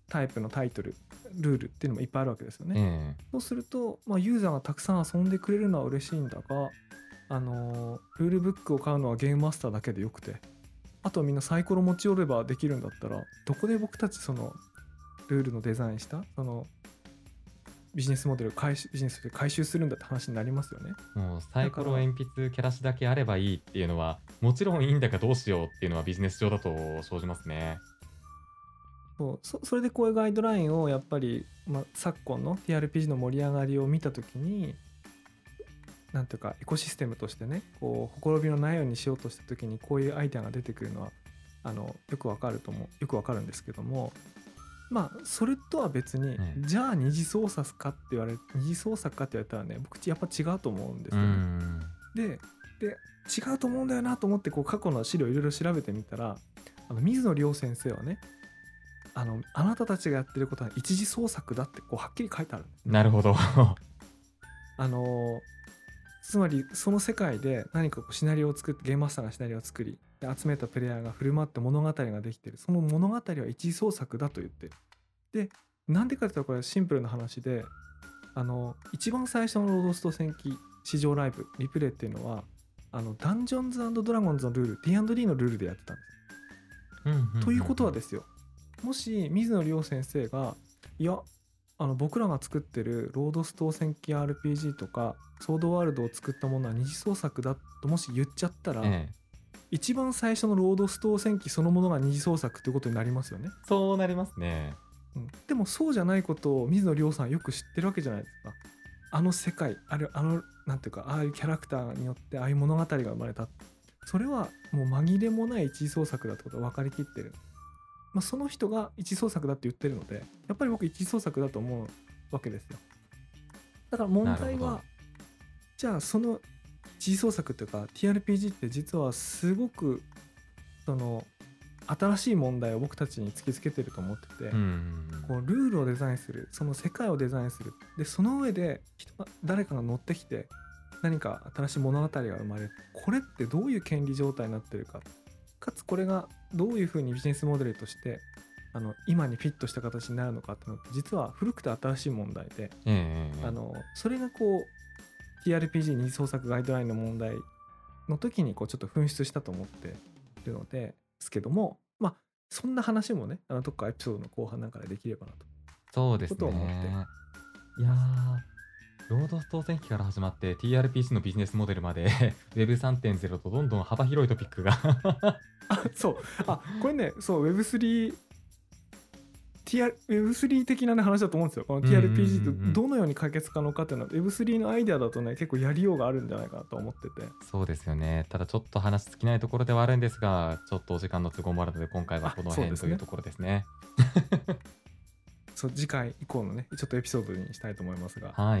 タイプのタイトルルールっていうのもいっぱいあるわけですよね。 ええ。 そうすると、まあ、ユーザーがたくさん遊んでくれるのは嬉しいんだが、あのールールブックを買うのはゲームマスターだけでよくて、あとはみんなサイコロ持ち寄ればできるんだったら、どこで僕たちそのルールのデザインしたそのビジネスモデルを回収ビジネスで回収するんだって話になりますよね。 もうサイコロ、 だから鉛筆、キャラシだけあればいいっていうのは、もちろんいいんだがどうしようっていうのはビジネス上だと生じますね。 そうそそれでこういうガイドラインをやっぱり、まあ、昨今の ティーアールピージー の盛り上がりを見たときに、なんていうかエコシステムとしてね、こうほころびのないようにしようとしたときにこういうアイデアが出てくるのはあのよくわかると思うよくわかるんですけども、まあそれとは別に、 ええ。 じゃあ二次創作かって言われ二次創作かって言われたらね、僕やっぱ違うと思うんでうーすよね。 ん。 でで違うと思うんだよなと思ってこう過去の資料いろいろ調べてみたら、あの水野亮先生はね、あのあなたたちがやってることは一次創作だってこうはっきり書いてあるんですね。 なるほど。 あのつまりその世界で何かこうシナリオを作ってゲームマスターがシナリオを作りで集めたプレイヤーが振る舞って物語ができてる、その物語は一次創作だと言ってる。でなんでかって言ったらこれシンプルな話で、あの一番最初のロードスト戦記市場ライブリプレイっていうのはあのダンジョンズ&ドラゴンズのルール ティーアンドディー のルールでやってたんです。 うんうんうんうん。 ということはですよ、もし水野亮先生がいやあの僕らが作ってるロードスト戦記 アールピージー とかソードワールドを作ったものは二次創作だともし言っちゃったら、 ええ。 一番最初のロードスト戦記そのものが二次創作ということになりますよね。 そうなりますね。 うん、でもそうじゃないことを水野亮さんよく知ってるわけじゃないですか。あの世界あるあのなんていうかああいうキャラクターによってああいう物語が生まれた、それはもう紛れもない一次創作だってことが分かりきってる。まあ、その人が一次創作だって言ってるので、やっぱり僕一次創作だと思うわけですよ。だから問なるほど。 題はじゃあその一次創作というか ティーアールピージー って実はすごくその新しい問題を僕たちに突きつけてると思ってて、 うんうんうん。 こうルールをデザインする、その世界をデザインする、でその上で人が誰かが乗ってきて何か新しい物語が生まれる、これってどういう権利状態になってるか、かつこれがどういうふうにビジネスモデルとしてあの今にフィットした形になるのかっていうのって実は古くて新しい問題で、 ええええええ。 あのそれがこう ティーアールピージー 二次創作ガイドラインの問題の時にこうちょっと噴出したと思ってるのですけども、まあそんな話もね、あのどっかエピソードの後半なんかでできればなとそうですいうことを思ってね。いやー、ロードスト戦記から始まって ティーアールピージー のビジネスモデルまで ウェブさんてんゼロ とどんどん幅広いトピックがあ、そう。あ、これね、そう、ウェブスリー、ティーアール ウェブスリー 的な、ね、話だと思うんですよ。このうんうんうんうん。 ティーアールピージー とどのように解決可能かっていうのは ウェブスリー のアイデアだとね、結構やりようがあるんじゃないかなと思ってて。 そうですよね。ただちょっと話尽きないところではあるんですが、ちょっとお時間の都合もあるので、今回はあ、 このそうですね。 辺というところですね。 そう、次回以降のね、ちょっとエピソードにしたいと思いますが。 はい。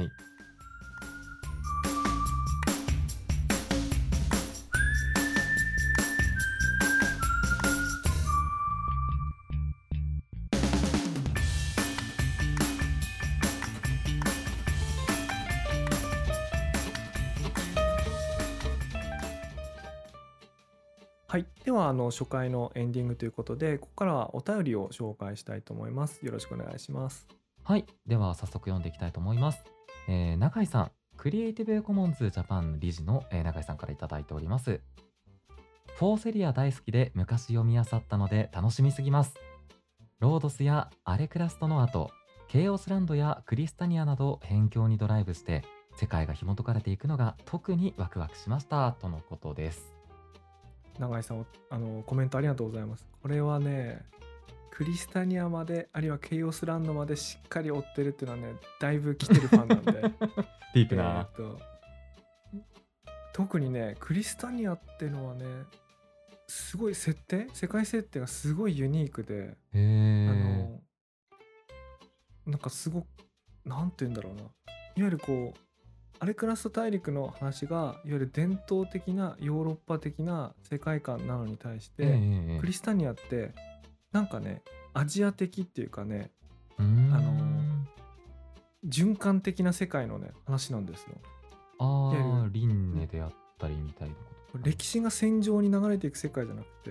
はい。では、あの、初回のエンディングということで、ここからはお便りを紹介したいと思います。よろしくお願いします。 はい。では早速読んでいきたいと思います。えー、永井さん、クリエイティブコモンズジャパンの理事の、えー、永井さんからいただいております。フォーセリア大好きで昔読み漁ったので楽しみすぎます。ロードスやアレクラストの後、ケイオスランドやクリスタニアなど辺境にドライブして世界が紐解かれていくのが特にワクワクしましたとのことです。 永井さん、あの、コメントありがとうございます。これはね、クリスタニアまで、あるいはケイオスランドまでしっかり追ってるっていうのはね、だいぶ来てるファンなんで。 ディープな。 えーと特にね、クリスタニアっていうのはね、すごい設定世界設定がすごいユニークで、 へあー。 の、なんかすごく、なんて言うんだろうな。いわゆるこう、アレクラスト大陸の話が、いわゆる伝統的なヨーロッパ的な世界観なのに対しええて、 ええ。 クリスタニアって、なんかね、アジア的っていうかね、 うーあの、 ん。 循環的な世界のね、話なんですよ。いわゆる、 ああ、輪廻であったりみたいなことかな。 歴史が戦場に流れていく世界じゃなくて、こ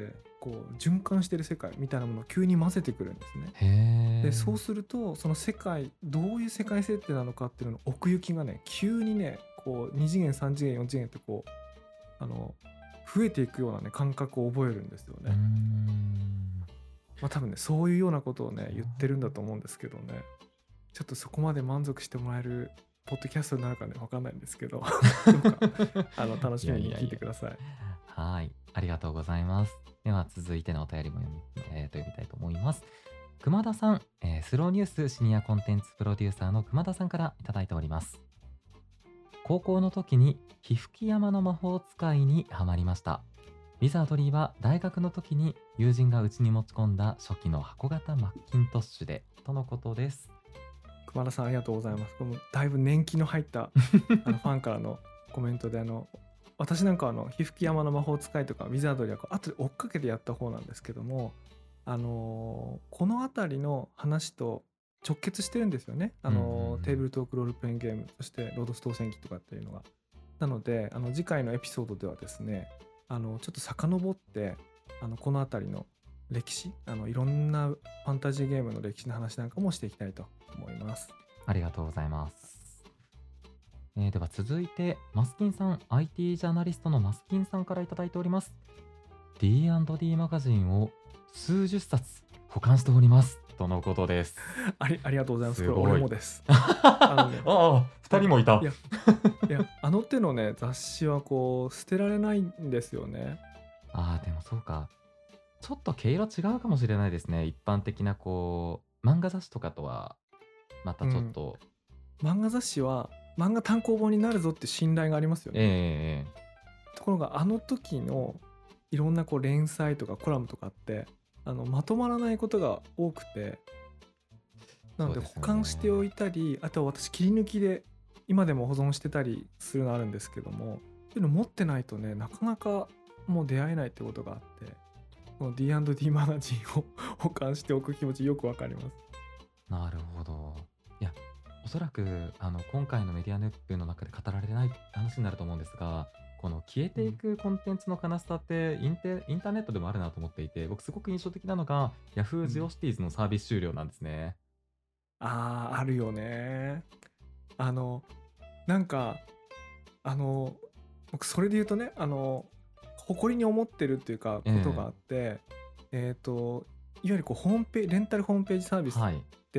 こう循環してる世界みたいなものを急に混ぜてくるんですね。 へえ。 でそうするとその世界どういう世界設定なのかっていうのの奥行きがね急にねこうに次元さん次元よん次元ってこうあの増えていくようなね感覚を覚えるんですようーね。 ん。 まあ多分ねそういうようなことをね言ってるんだと思うんですけどね、ちょっとそこまで満足してもらえるポッドキャストになるかね分かんないんですけどどうかあの楽いしみに聞いやいやいや。 てください。 はい。ありがとうございます。では続いてのお便りも読み、えーと読みたいと思います。熊田さん、えースローニュースシニアコンテンツプロデューサーの熊田さんからいただいております。高校の時に火吹山の魔法使いにハマりました。ウィザードリーは大学の時に友人がうちに持ち込んだ初期の箱型マッキントッシュでとのことです。 熊田さんありがとうございます。これもだいぶ年季の入ったあのファンからのコメントで、あの私なんかあの火吹山の魔法使いとかウィザードリーはこう後で追っかけてやった方なんですけども、あのーこの辺りの話と直結してるんですよね。あうんうんのーテーブうん。 ルトークロールプレイングゲーム、そしてロードス当選記とかっていうのが。なのであの次回のエピソードではですね、あのちょっと遡ってあのこの辺りの歴史、あのいろんなファンタジーゲームの歴史の話なんかもしていきたいと思います。 ありがとうございます。えーでは続いて、マスキンさん、アイティー ジャーナリストのマスキンさんからいただいております。ディーアンドディー マガジンを数十冊保管しております。とのことです。 ありありがとうございます。これすごい。 俺もです。あのね、 ああ、二人もいた。 いやいやあの手のね雑誌はこう捨てられないんですよね。 ああ、でもそうか。ちょっと毛色違うかもしれないですね。一般的なこう、漫画雑誌とかとは、またうん。 ちょっと、 漫画雑誌は漫画単行本になるぞって信頼がありますよええね。 ええええところがあの時のいろんなこう連載とかコラムとかってあのまとまらないことが多くて、なので保そうですよ管しておいね。 たり、あとは私切り抜きで今でも保存してたりするのあるんですけども、そういうの持ってないとねなかなかもう出会えないってことがあって、この ディーアンドディー マガジンを保管しておく気持ちよくわかります。 なるほど。いや、おそらく、あの、今回のメディアヌップの中で語られてない話になると思うんですが、この消えていうん、 くコンテンツの悲しさってインテ、インターネットでもあるなと思っていて、僕すごく印象的なのが、Yahoo! うん。 ジオシティーズのサービス終了なんですね。 ああ、あるよね。あの、なんか、あの、僕それで言うとね、あの、誇りに思ってるっていうか、 ええ。 ことがあって、えっと、いわゆるこうホームページ、レンタルホームページサービスはい。 って、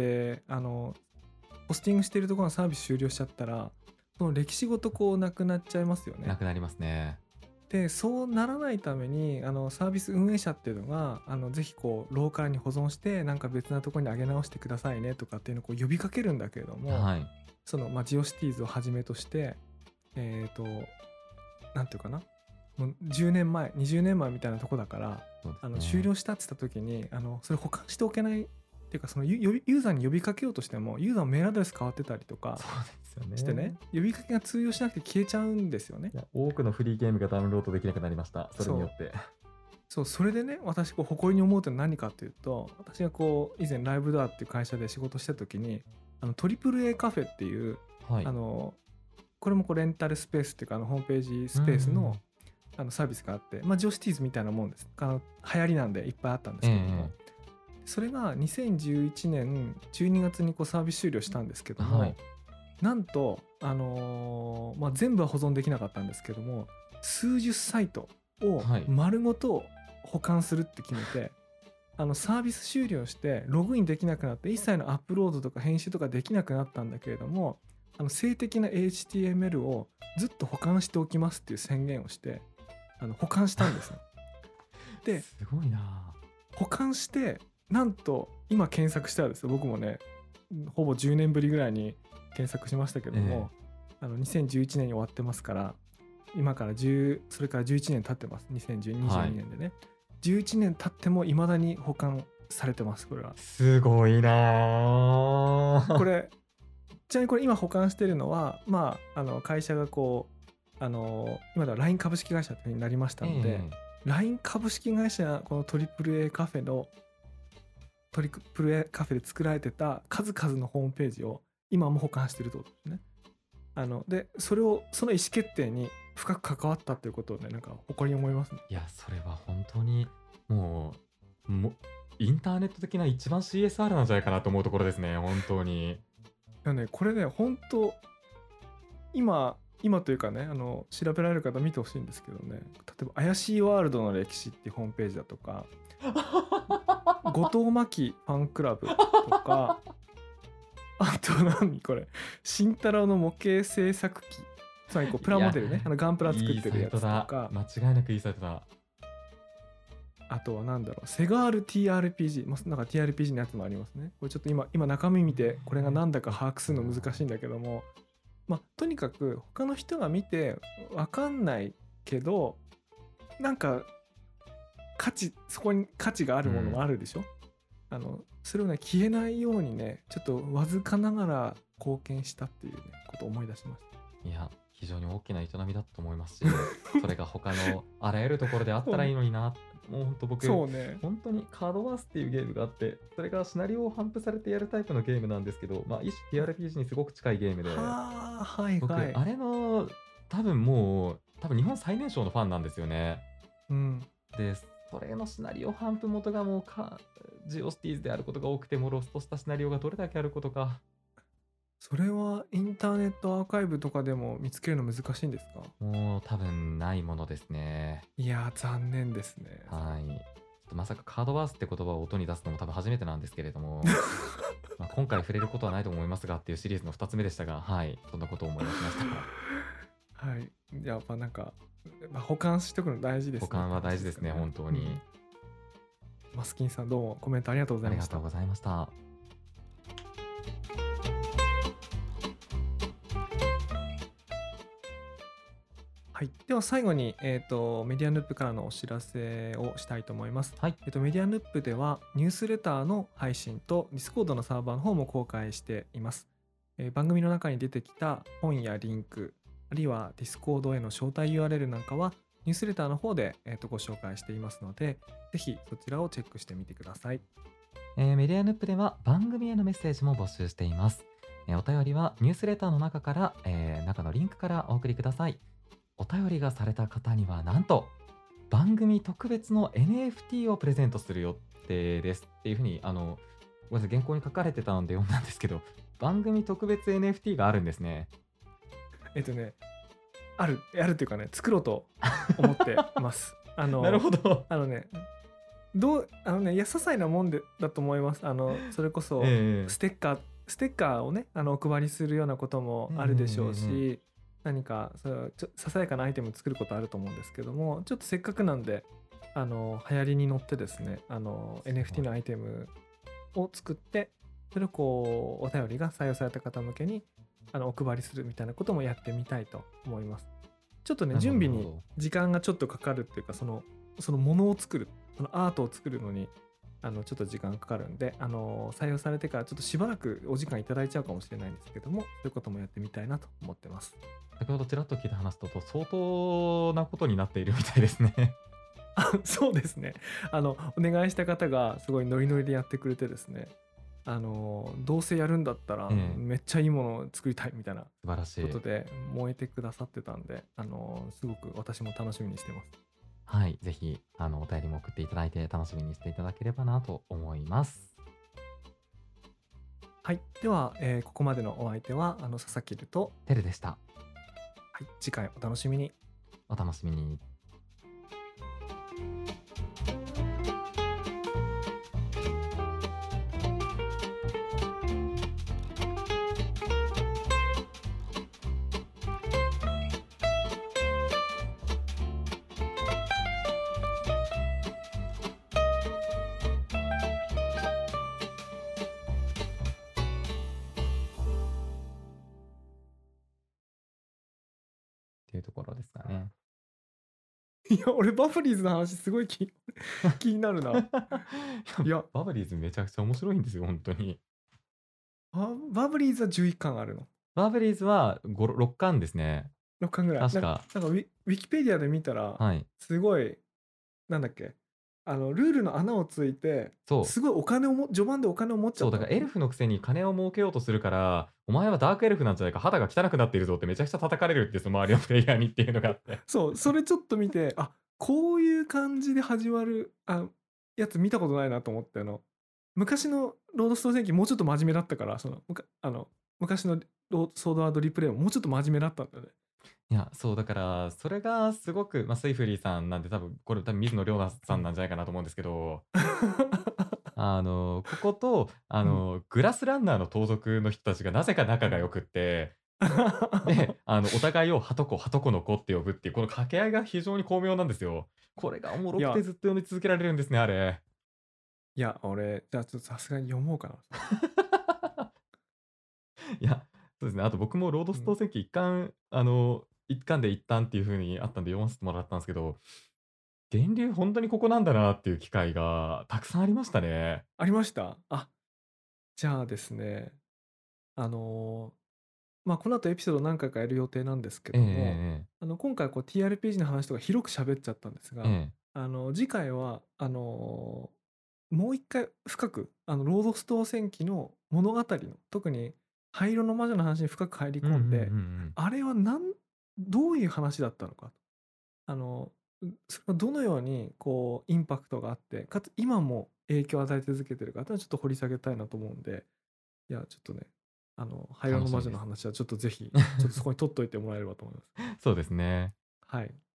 あの、ポスティングしてるところのサービス終了しちゃったら、その歴史ごとこうなくなっちゃいますよね。 なくなりますね。 で、そうならないために、あの、サービス運営者っていうのが、あの、ぜひこう、ローカルに保存して、なんか別なところに上げ直してくださいねとかっていうのをこう呼びかけるんだけれども、 はい。 その、まあ、ジオシティーズをはじめとして、えっと、なんていうかな、もうじゅうねんまえ、にじゅうねんまえみたいなとこだから、 そうであの、終すね。 了したって言った時に、あの、それ保管しておけないっていうか、そのユユユーザーに呼びかけようとしても、ユーザーのメールアドレス変わってたりとかそうですよしてね、 ね。 呼びかけが通用しなくて消えちゃうんですよね。 いや、多くのフリーゲームがダウンロードできなくなりました。それによそう。 って。 そう、それでね、私こう誇りに思うというのは何かというと、私がこう以前ライブドアっていう会社で仕事した時に、あの トリプルエー カフェっていう、 はい。 あのこれもこうレンタルスペースっていうか、あのホームページうんうスペースのん。 あのサービスがあって、まあ、ジョシティーズみたいなもんです。あの流行りなんでいっぱいあったんでええすけども、 ええ。 それがにせんじゅういちねんじゅうにがつにこうサービス終了したんですけども、 はい。 なんと、あのーまあ、全部は保存できなかったんですけども、数十サイトをはい。 丸ごと保管するって決めて、あのサービス終了してログインできなくなって、一切のアップロードとか編集とかできなくなったんだけれども、あの静的な エイチティーエムエル をずっと保管しておきますっていう宣言をして、あの保管したんですね。で、 すごいな。 保管して、なんと今検索したらですよ、僕もね、ほぼじゅうねんぶりぐらいに検索しましたけども、 ええ。 あのにせんじゅういちねんに終わってますから、今からじゅうそれからじゅういちねん経ってます。にせんにじゅうに、22 はい。 年でね。じゅういちねん経っても未だに保管されてます、これは。 すごいな。 これ、ちなみにこれ今保管してるのは、まあ、あの会社がこう、あの今では ライン 株式会社というふうになりましたええので、 ええ。 ライン 株式会社、この トリプルエー カフェのトリプル A カフェで作られてた数々のホームページを今も保管しているということですね。あのでそれをその意思決定に深く関わったということをね、なんか誇りに思いますね。 いや、それは本当にもう、もインターネット的な一番 シーエスアール なんじゃないかなと思うところですね、本当に。 いやね、これね、本当今、今というかね、あの調べられる方見てほしいんですけどね、例えば怪しいワールドの歴史っていうホームページだとか、後藤真希ファンクラブとか、あと何これ、慎太郎の模型制作機、つまりこうプラモデルね、あのガンプラ作ってるやつとか、 間違いなくいいサイトだ。 あとはなんだろう、セガール ティーアールピージー、まあ、なんか ティーアールピージー のやつもありますね。これちょっと今、今中身見て、これがなんだか把握するの難しいんだけども、まあ、とにかく他の人が見て分かんないけど、なんか価値、そこに価値があるものもあるでしょ、うん、あのそれをね、消えないようにね、ちょっとわずかながら貢献したっていう、ね、ことを思い出しました。 いや、非常に大きな営みだと思いますし、それが他のあらゆるところであったらいいのにな。もう本当僕、 そうね、 本当にカードワースっていうゲームがあって、それがシナリオを反布されてやるタイプのゲームなんですけど、まあ、一種 ティーアールピージー にすごく近いゲームで、 はあ、はい僕、 はい。 あれの多分もう、多分日本最年少のファンなんですよね。 うん。 で、それのシナリオ反布元がもうか、ジオシティーズであることが多くて、もうロストしたシナリオがどれだけあることか。 それはインターネットアーカイブとかでも見つけるの難しいんですか？ もう多分ないものですね。 いやー、残念ですね。 はい。ちょっとまさかカードバースって言葉を音に出すのも多分初めてなんですけれども、まあ今回触れることはないと思いますがっていうシリーズのふたつめでしたが、はい、そんなことを思い出しました。 はい。やっぱなんか、まあ、保管しとくの大事ですね。 保管は大事ですね、本当に。 うんマスキンさん、どうもコメントありがとうございました。 ありがとうございました。 はい、では最後に、えーと、メディアヌップからのお知らせをしたいと思います。 はい。 えーと、メディアヌップではニュースレターの配信と Discord のサーバーの方も公開しています。えー番組の中に出てきた本やリンク、あるいは Discord への招待 ユーアールエル なんかはニュースレターの方で、えーと、ご紹介していますので、ぜひそちらをチェックしてみてください。 えーメディアヌップでは番組へのメッセージも募集しています。えーお便りはニュースレターの中から、えー中のリンクからお送りください。お便りがされた方にはなんと番組特別の エヌエフティー をプレゼントする予定ですっていうふうに、あの、ごめんなさい、原稿に書かれてたので読んだんですけど、番組特別 エヌエフティー があるんですね。 えっ、とね、ある、あるっていうかね、作ろうと思ってます。あのなるほど。 あのね、どう、あのね、いや、些細なもんでだと思います。あの、それこそ、 ええステッカー、ステッカーをね、あの、お配りするようなこともあるでしょううんうんうんうし、何か、そうちょささやかなアイテムを作ることあると思うんですけども、ちょっとせっかくなんで、あの、流行りに乗ってですね、あの、エヌエフティー のアイテムを作って、それをこう、お便りが採用された方向けに、あの、お配りするみたいなこともやってみたいと思います。ちょっとね、 なるほど準備になるほど時間がちょっとかかるっていうか、その、そのものを作る、そのアートを作るのに、あのちょっと時間かかるんで、あの採用されてからちょっとしばらくお時間いただいちゃうかもしれないんですけども、そういうこともやってみたいなと思ってます。 先ほどちらっと聞いた話だと相当なことになっているみたいですね。 あ、そうですね。あの、お願いした方がすごいノリノリでやってくれてですね、あの、どうせやるんだったらええめっちゃいいものを作りたいみたいな素晴らしい。 ことで燃えてくださってたんで、あの、すごく私も楽しみにしてます。 はい、ぜひあのお便りも送っていただいて楽しみにしていただければなと思います。 はい。では、えーここまでのお相手は、あの、佐々木ると、 てるでした。 はい、次回お楽しみに。 お楽しみに。っていうところですかね。 いや、俺、バフリーズの話すごい気気になるな。いや、 バブリーズめちゃくちゃ面白いんですよ、本当に。 ババブリーズはじゅういっかんあるの。 バブリーズはご、ろっかんですね。 ろっかんぐらい。な確か。 なんかウィ、ウィキペディアで見たら、 はい。 すごい、なんだっけ、 あのルールの穴をついて、 そう。 すごいお金をも序盤でお金を持っちゃそう、 ったんですよね。 だからエルフのくせに金を儲けようとするから、お前はダークエルフなんじゃないか、肌が汚くなっているぞってめちゃくちゃ叩かれるって、その周りのプレイヤーにっていうのがあって。 そう、それちょっと見て、あ、こういう感じで始まる、あ、やつ見たことないなと思って、あの、昔のロードストー戦記もうちょっと真面目だったから、その、むかあの、昔のローソードアートリプレイももうちょっと真面目だったんだよね。 いや、そう、だから、それがすごく、ま、スイフリーさんなんで多分、これ多分水野良奈うん。 さんなんじゃないかなと思うんですけど、あの、ここと、あうん。 の、グラスランナーの盗賊の人たちがなぜか仲うん。 が良くって、で、あの、お互いをはとこ、はとこの子って呼ぶっていう、この掛け合いが非常に巧妙なんですよ。これがおもろくていや、 ずっと読み続けられるんですね、あれ。 いや、俺、じゃあちょっとさすがに読もうかな、それ。 いや、そうですね。あと僕もロードうん。 ストー戦記一巻、あの、一巻で一旦っていう風にあったんで読ませてもらったんですけど、源流ほんとにここなんだなっていう機会がたくさんありましたね。 ありました？あ、じゃあですね、あの、ま、この後エピソード何回かやる予定なんですけええええども、 ええ。 あの、今回こう ティーアールピージー の話とか広く喋っちゃったんですが、 ええ。 あの、次回は、あの、もう一回深く、あの、ロードストー戦記の物語の、特に灰色の魔女の話に深く入りうんうんうんう込んで、 ん。 あれはなんどういう話だったのか、あの、うそれはどのようにこうインパクトがあって、かつ今も影響を与え続けてるかっていうのはちょっと掘り下げたいなと思うんで、いや、ちょっとね、あの、灰色の魔女の楽しみです。 話はちょっとぜひ、ちょっとそこに取っといてもらえればと思います。 そうですね。 はい。